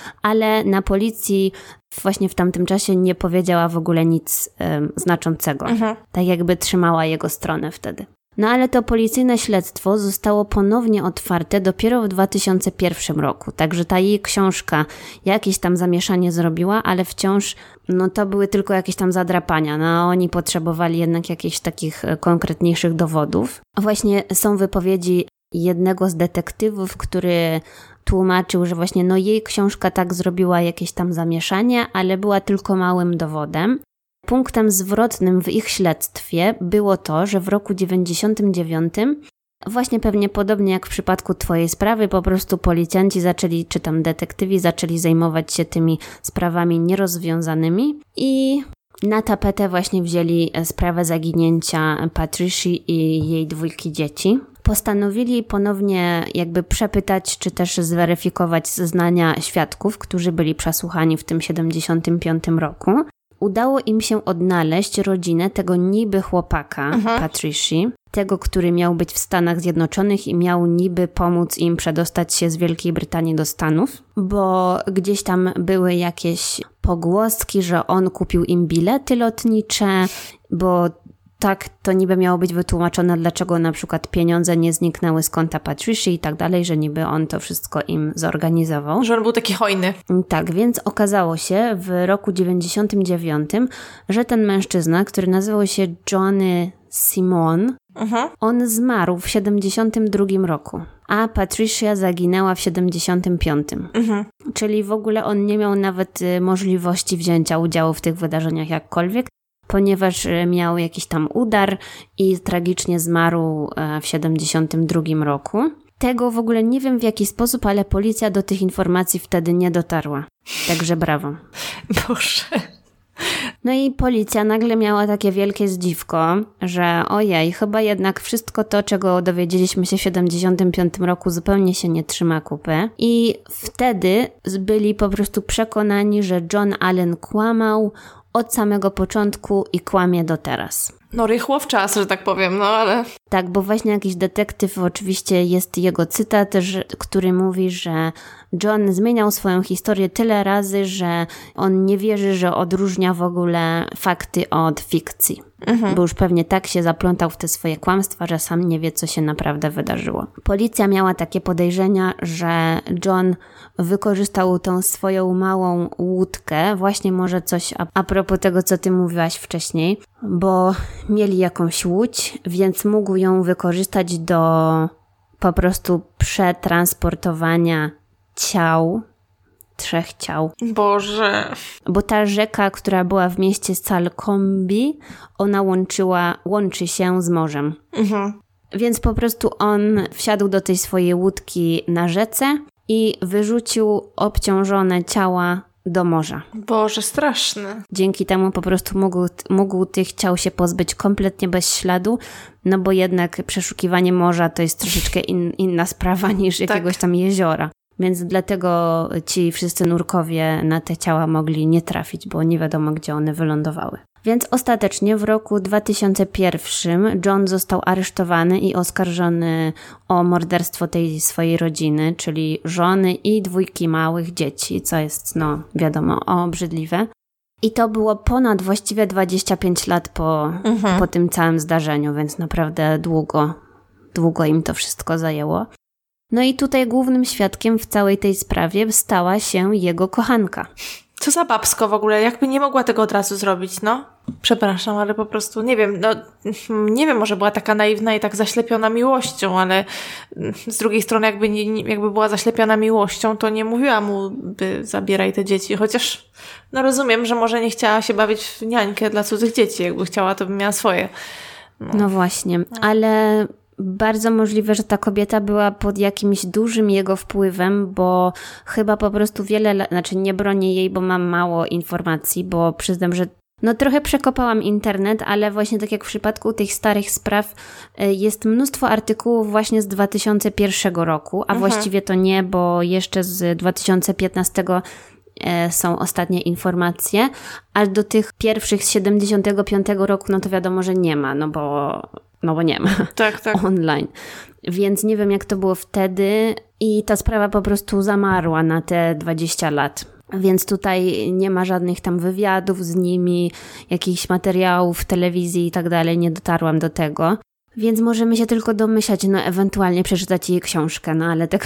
ale na policji właśnie w tamtym czasie nie powiedziała w ogóle nic znaczącego. Tak jakby trzymała jego stronę wtedy. No ale to policyjne śledztwo zostało ponownie otwarte dopiero w 2001 roku. Także ta jej książka jakieś tam zamieszanie zrobiła, ale wciąż no to były tylko jakieś tam zadrapania. No oni potrzebowali jednak jakichś takich konkretniejszych dowodów. Właśnie są wypowiedzi jednego z detektywów, który tłumaczył, że właśnie no jej książka tak zrobiła jakieś tam zamieszanie, ale była tylko małym dowodem. Punktem zwrotnym w ich śledztwie było to, że w roku 99, właśnie pewnie podobnie jak w przypadku twojej sprawy, po prostu policjanci zaczęli, czy tam detektywi zaczęli zajmować się tymi sprawami nierozwiązanymi i na tapetę właśnie wzięli sprawę zaginięcia Patricia i jej 2 dzieci. Postanowili ponownie jakby przepytać, czy też zweryfikować zeznania świadków, którzy byli przesłuchani w tym 75 roku. Udało im się odnaleźć rodzinę tego niby chłopaka, Patricia, tego, który miał być w Stanach Zjednoczonych i miał niby pomóc im przedostać się z Wielkiej Brytanii do Stanów, bo gdzieś tam były jakieś pogłoski, że on kupił im bilety lotnicze, bo tak to niby miało być wytłumaczone, dlaczego na przykład pieniądze nie zniknęły z konta Patricia i tak dalej, że niby on to wszystko im zorganizował. Że on był taki hojny. Tak, więc okazało się w roku 99, że ten mężczyzna, który nazywał się Johnny Simon, on zmarł w 72 roku, a Patricia zaginęła w 75. Czyli w ogóle on nie miał nawet możliwości wzięcia udziału w tych wydarzeniach jakkolwiek, ponieważ miał jakiś tam udar i tragicznie zmarł w 72 roku. Tego w ogóle nie wiem w jaki sposób, ale policja do tych informacji wtedy nie dotarła. Także brawo. Boże. No i policja nagle miała takie wielkie zdziwko, że ojej, chyba jednak wszystko to, czego dowiedzieliśmy się w 75 roku zupełnie się nie trzyma kupy. I wtedy byli po prostu przekonani, że John Allen kłamał od samego początku i kłamie do teraz. No rychło w czas, że tak powiem, no ale... Tak, bo właśnie jakiś detektyw, oczywiście jest jego cytat, który mówi, że John zmieniał swoją historię tyle razy, że on nie wierzy, że odróżnia w ogóle fakty od fikcji. Bo już pewnie tak się zaplątał w te swoje kłamstwa, że sam nie wie, co się naprawdę wydarzyło. Policja miała takie podejrzenia, że John wykorzystał tą swoją małą łódkę, właśnie może coś a propos tego, co ty mówiłaś wcześniej, bo mieli jakąś łódź, więc mógł ją wykorzystać do po prostu przetransportowania ciał, 3 ciał. Boże. Bo ta rzeka, która była w mieście Salcombi, ona łączy się z morzem. Więc po prostu on wsiadł do tej swojej łódki na rzece i wyrzucił obciążone ciała do morza. Boże, straszne. Dzięki temu po prostu mógł tych ciał się pozbyć kompletnie bez śladu, no bo jednak przeszukiwanie morza to jest troszeczkę inna sprawa niż jakiegoś tam jeziora. Więc dlatego ci wszyscy nurkowie na te ciała mogli nie trafić, bo nie wiadomo, gdzie one wylądowały. Więc ostatecznie w roku 2001 John został aresztowany i oskarżony o morderstwo tej swojej rodziny, czyli żony i 2 małych dzieci, co jest, wiadomo, obrzydliwe. I to było ponad właściwie 25 lat po tym całym zdarzeniu, więc naprawdę długo im to wszystko zajęło. No i tutaj głównym świadkiem w całej tej sprawie stała się jego kochanka. Co za babsko w ogóle, jakby nie mogła tego od razu zrobić, Przepraszam, ale po prostu, nie wiem, może była taka naiwna i tak zaślepiona miłością, ale z drugiej strony jakby była zaślepiona miłością, to nie mówiła mu, by zabieraj te dzieci, chociaż rozumiem, że może nie chciała się bawić w niańkę dla cudzych dzieci, jakby chciała, to by miała swoje. No właśnie, ale bardzo możliwe, że ta kobieta była pod jakimś dużym jego wpływem, bo chyba po prostu nie bronię jej, bo mam mało informacji, bo przyznam, że trochę przekopałam internet, ale właśnie tak jak w przypadku tych starych spraw jest mnóstwo artykułów właśnie z 2001 roku, a właściwie to nie, bo jeszcze z 2015 są ostatnie informacje, a do tych pierwszych z 75 roku, to wiadomo, że nie ma, bo nie ma tak. online. Więc nie wiem, jak to było wtedy i ta sprawa po prostu zamarła na te 20 lat. Więc tutaj nie ma żadnych tam wywiadów z nimi, jakichś materiałów w telewizji i tak dalej, nie dotarłam do tego. Więc możemy się tylko domyślać, ewentualnie przeczytać jej książkę, ale tego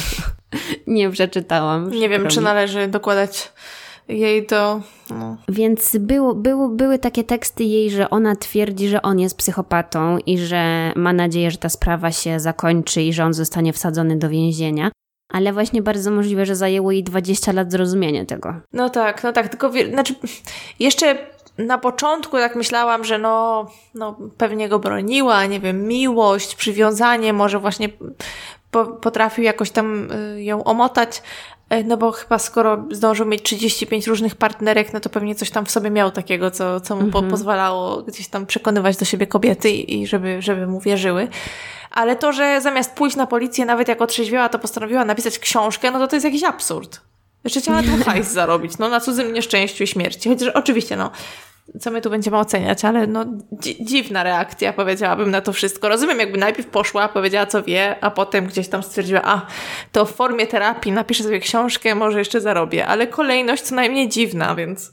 nie przeczytałam. Nie wiem, czy należy dokładać jej do... Więc były takie teksty jej, że ona twierdzi, że on jest psychopatą i że ma nadzieję, że ta sprawa się zakończy i że on zostanie wsadzony do więzienia. Ale właśnie bardzo możliwe, że zajęło jej 20 lat zrozumienie tego. No tak, tylko jeszcze na początku tak myślałam, że pewnie go broniła, nie wiem, miłość, przywiązanie, może właśnie potrafił jakoś tam ją omotać, bo chyba skoro zdążył mieć 35 różnych partnerek, to pewnie coś tam w sobie miał takiego, co mu pozwalało gdzieś tam przekonywać do siebie kobiety i żeby mu wierzyły. Ale to, że zamiast pójść na policję, nawet jak otrzeźwiała, to postanowiła napisać książkę, to jest jakiś absurd. Jeszcze chciała ten hajs zarobić, na cudzym nieszczęściu i śmierci. Chociaż oczywiście, co my tu będziemy oceniać, ale dziwna reakcja, powiedziałabym, na to wszystko. Rozumiem, jakby najpierw poszła, powiedziała, co wie, a potem gdzieś tam stwierdziła, to w formie terapii napiszę sobie książkę, może jeszcze zarobię. Ale kolejność co najmniej dziwna, więc...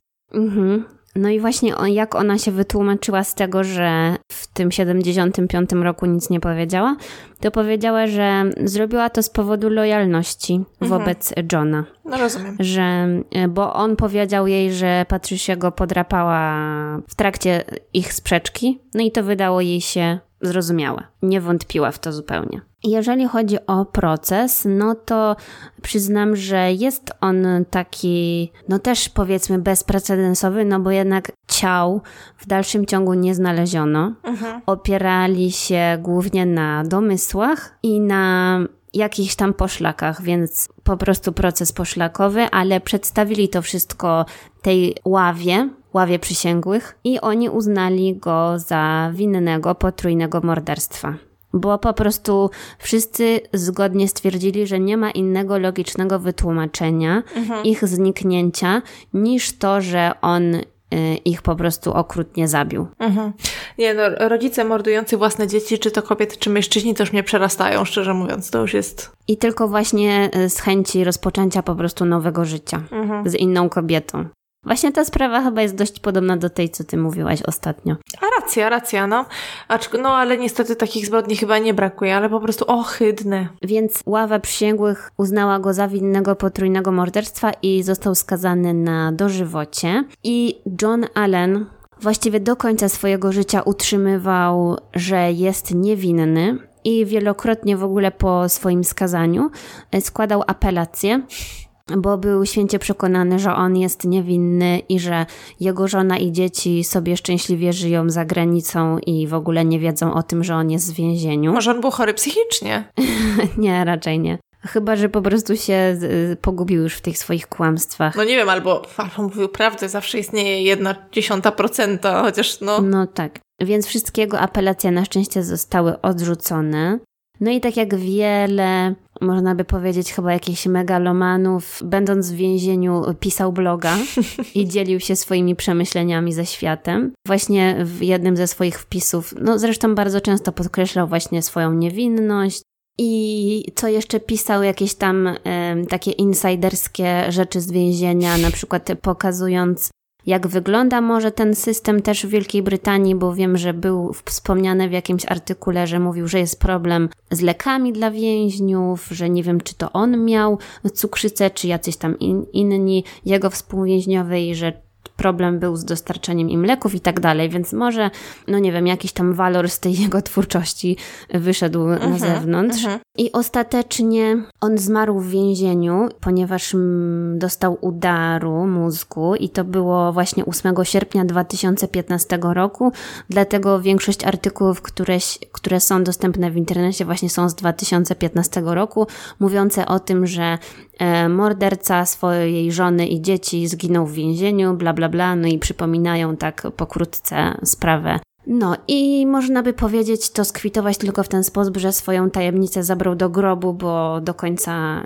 No i właśnie jak ona się wytłumaczyła z tego, że w tym 75 roku nic nie powiedziała, to powiedziała, że zrobiła to z powodu lojalności wobec Johna. No rozumiem. Bo on powiedział jej, że Patricia go podrapała w trakcie ich sprzeczki, i to wydało jej się zrozumiałe. Nie wątpiła w to zupełnie. Jeżeli chodzi o proces, to przyznam, że jest on taki, też powiedzmy bezprecedensowy, bo jednak ciał w dalszym ciągu nie znaleziono. Opierali się głównie na domysłach i na jakichś tam poszlakach, więc po prostu proces poszlakowy, ale przedstawili to wszystko tej ławie przysięgłych i oni uznali go za winnego potrójnego morderstwa. Bo po prostu wszyscy zgodnie stwierdzili, że nie ma innego logicznego wytłumaczenia ich zniknięcia niż to, że on ich po prostu okrutnie zabił. Nie, rodzice mordujący własne dzieci, czy to kobiety, czy mężczyźni, to już mnie przerastają, szczerze mówiąc, to już jest... I tylko właśnie z chęci rozpoczęcia po prostu nowego życia z inną kobietą. Właśnie ta sprawa chyba jest dość podobna do tej, co ty mówiłaś ostatnio. A racja, ale niestety takich zbrodni chyba nie brakuje, ale po prostu ohydne. Więc ława przysięgłych uznała go za winnego potrójnego morderstwa i został skazany na dożywocie. I John Allen właściwie do końca swojego życia utrzymywał, że jest niewinny, i wielokrotnie w ogóle po swoim skazaniu składał apelację, bo był święcie przekonany, że on jest niewinny i że jego żona i dzieci sobie szczęśliwie żyją za granicą i w ogóle nie wiedzą o tym, że on jest w więzieniu. Może on był chory psychicznie? Nie, raczej nie. Chyba, że po prostu się pogubił już w tych swoich kłamstwach. No nie wiem, albo mówił prawdę, zawsze istnieje 0,1%, chociaż no... No tak, więc wszystkie jego apelacje na szczęście zostały odrzucone. No i tak jak wiele, można by powiedzieć chyba jakichś megalomanów, będąc w więzieniu pisał bloga i dzielił się swoimi przemyśleniami ze światem. Właśnie w jednym ze swoich wpisów, no zresztą bardzo często podkreślał właśnie swoją niewinność. I co jeszcze pisał, jakieś tam takie insiderskie rzeczy z więzienia, na przykład pokazując, jak wygląda może ten system też w Wielkiej Brytanii, bo wiem, że był wspomniany w jakimś artykule, że mówił, że jest problem z lekami dla więźniów, że nie wiem, czy to on miał cukrzycę, czy jacyś tam inni jego współwięźniowie i że problem był z dostarczaniem im leków i tak dalej, więc może, no nie wiem, jakiś tam walor z tej jego twórczości wyszedł na zewnątrz. I ostatecznie on zmarł w więzieniu, ponieważ dostał udaru mózgu i to było właśnie 8 sierpnia 2015 roku, dlatego większość artykułów, które są dostępne w internecie właśnie są z 2015 roku, mówiące o tym, że morderca swojej żony i dzieci zginął w więzieniu, bla bla bla, no i przypominają tak pokrótce sprawę. No i można by powiedzieć to skwitować tylko w ten sposób, że swoją tajemnicę zabrał do grobu, bo do końca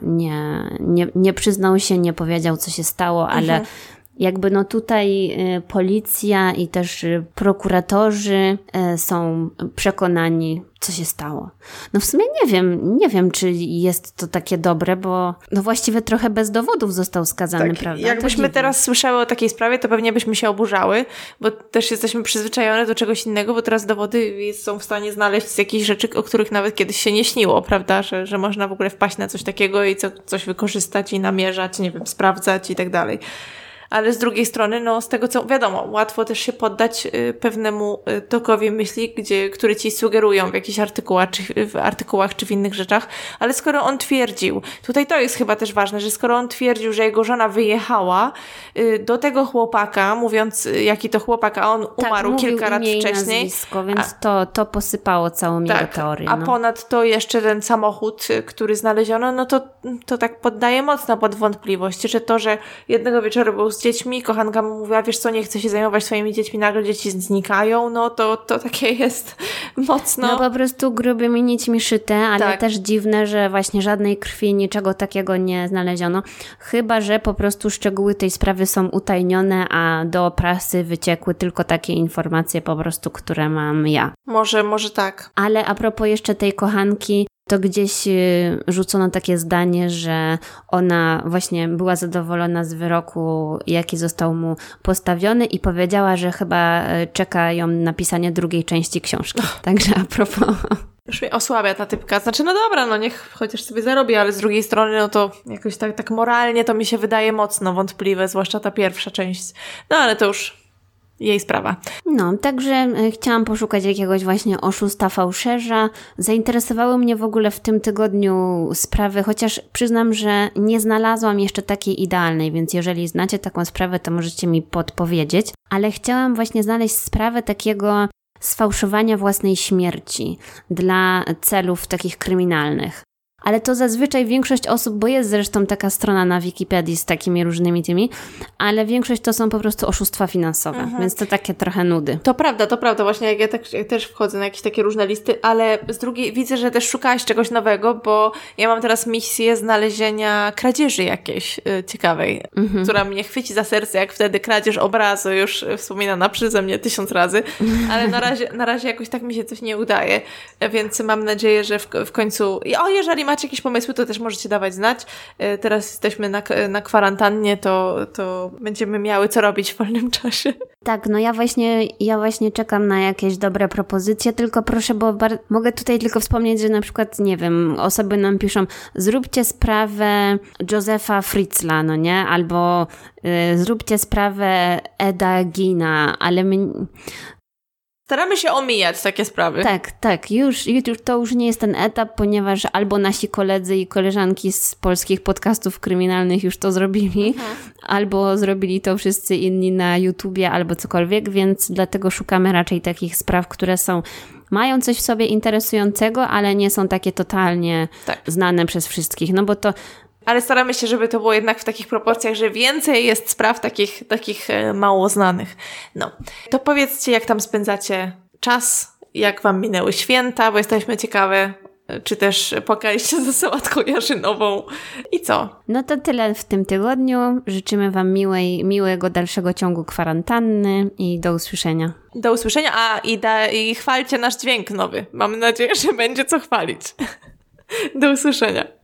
nie przyznał się, nie powiedział, co się stało, ale jakby no tutaj policja i też prokuratorzy są przekonani, co się stało. No w sumie nie wiem, czy jest to takie dobre, bo no właściwie trochę bez dowodów został skazany, tak, prawda? Jakbyśmy teraz słyszały o takiej sprawie, to pewnie byśmy się oburzały, bo też jesteśmy przyzwyczajone do czegoś innego, bo teraz dowody są w stanie znaleźć z jakichś rzeczy, o których nawet kiedyś się nie śniło, prawda? Że można w ogóle wpaść na coś takiego i coś wykorzystać i namierzać, nie wiem, sprawdzać i tak dalej. Ale z drugiej strony, no z tego co wiadomo, łatwo też się poddać pewnemu tokowi myśli, który ci sugerują w jakichś artykułach czy w innych rzeczach, ale skoro on twierdził, tutaj to jest chyba też ważne, że skoro on twierdził, że jego żona wyjechała do tego chłopaka, mówiąc jaki to chłopak, a on umarł kilka lat wcześniej. Nazwisko, więc to posypało całą jego teorię. A ponadto jeszcze ten samochód, który znaleziono, no to tak poddaje mocno pod wątpliwość, że to, że jednego wieczoru był z dziećmi, kochanka mu mówiła, wiesz co, nie chcę się zajmować swoimi dziećmi, nagle dzieci znikają, no to takie jest mocno... No po prostu grubymi nićmi szyte, ale też dziwne, że właśnie żadnej krwi, niczego takiego nie znaleziono, chyba że po prostu szczegóły tej sprawy są utajnione, a do prasy wyciekły tylko takie informacje po prostu, które mam ja. Może tak. Ale a propos jeszcze tej kochanki, to gdzieś rzucono takie zdanie, że ona właśnie była zadowolona z wyroku, jaki został mu postawiony i powiedziała, że chyba czeka ją napisanie drugiej części książki. Także a propos... Już mnie osłabia ta typka. Znaczy, no dobra, no niech chociaż sobie zarobi, ale z drugiej strony, no to jakoś tak moralnie to mi się wydaje mocno wątpliwe, zwłaszcza ta pierwsza część. No ale to już... jej sprawa. No, także chciałam poszukać jakiegoś właśnie oszusta, fałszerza. Zainteresowały mnie w ogóle w tym tygodniu sprawy, chociaż przyznam, że nie znalazłam jeszcze takiej idealnej, więc jeżeli znacie taką sprawę, to możecie mi podpowiedzieć. Ale chciałam właśnie znaleźć sprawę takiego sfałszowania własnej śmierci dla celów takich kryminalnych. Ale to zazwyczaj większość osób, bo jest zresztą taka strona na Wikipedii z takimi różnymi tymi, ale większość to są po prostu oszustwa finansowe, więc to takie trochę nudy. To prawda, właśnie jak ja też wchodzę na jakieś takie różne listy, ale z drugiej widzę, że też szukałaś czegoś nowego, bo ja mam teraz misję znalezienia kradzieży jakiejś ciekawej, która mnie chwyci za serce, jak wtedy kradzież obrazu, już wspominana przeze mnie 1000 razy, ale na razie jakoś tak mi się coś nie udaje, więc mam nadzieję, że w końcu... jeżeli macie jakieś pomysły, to też możecie dawać znać. Teraz jesteśmy na kwarantannie, to będziemy miały co robić w wolnym czasie. Tak, no ja właśnie czekam na jakieś dobre propozycje, tylko proszę, bo mogę tutaj tylko wspomnieć, że na przykład, nie wiem, osoby nam piszą, zróbcie sprawę Josefa Fritzla, no nie? Albo zróbcie sprawę Eda Geina, ale Staramy się omijać takie sprawy. Tak. Już to już nie jest ten etap, ponieważ albo nasi koledzy i koleżanki z polskich podcastów kryminalnych już to zrobili, albo zrobili to wszyscy inni na YouTubie, albo cokolwiek, więc dlatego szukamy raczej takich spraw, które mają coś w sobie interesującego, ale nie są takie totalnie znane przez wszystkich, no bo to... Ale staramy się, żeby to było jednak w takich proporcjach, że więcej jest spraw takich mało znanych. No, to powiedzcie, jak tam spędzacie czas, jak wam minęły święta, bo jesteśmy ciekawe, czy też płakaliście za sałatką jarzynową i co? No to tyle w tym tygodniu. Życzymy wam miłego dalszego ciągu kwarantanny i do usłyszenia. Do usłyszenia, i chwalcie nasz dźwięk nowy. Mamy nadzieję, że będzie co chwalić. Do usłyszenia.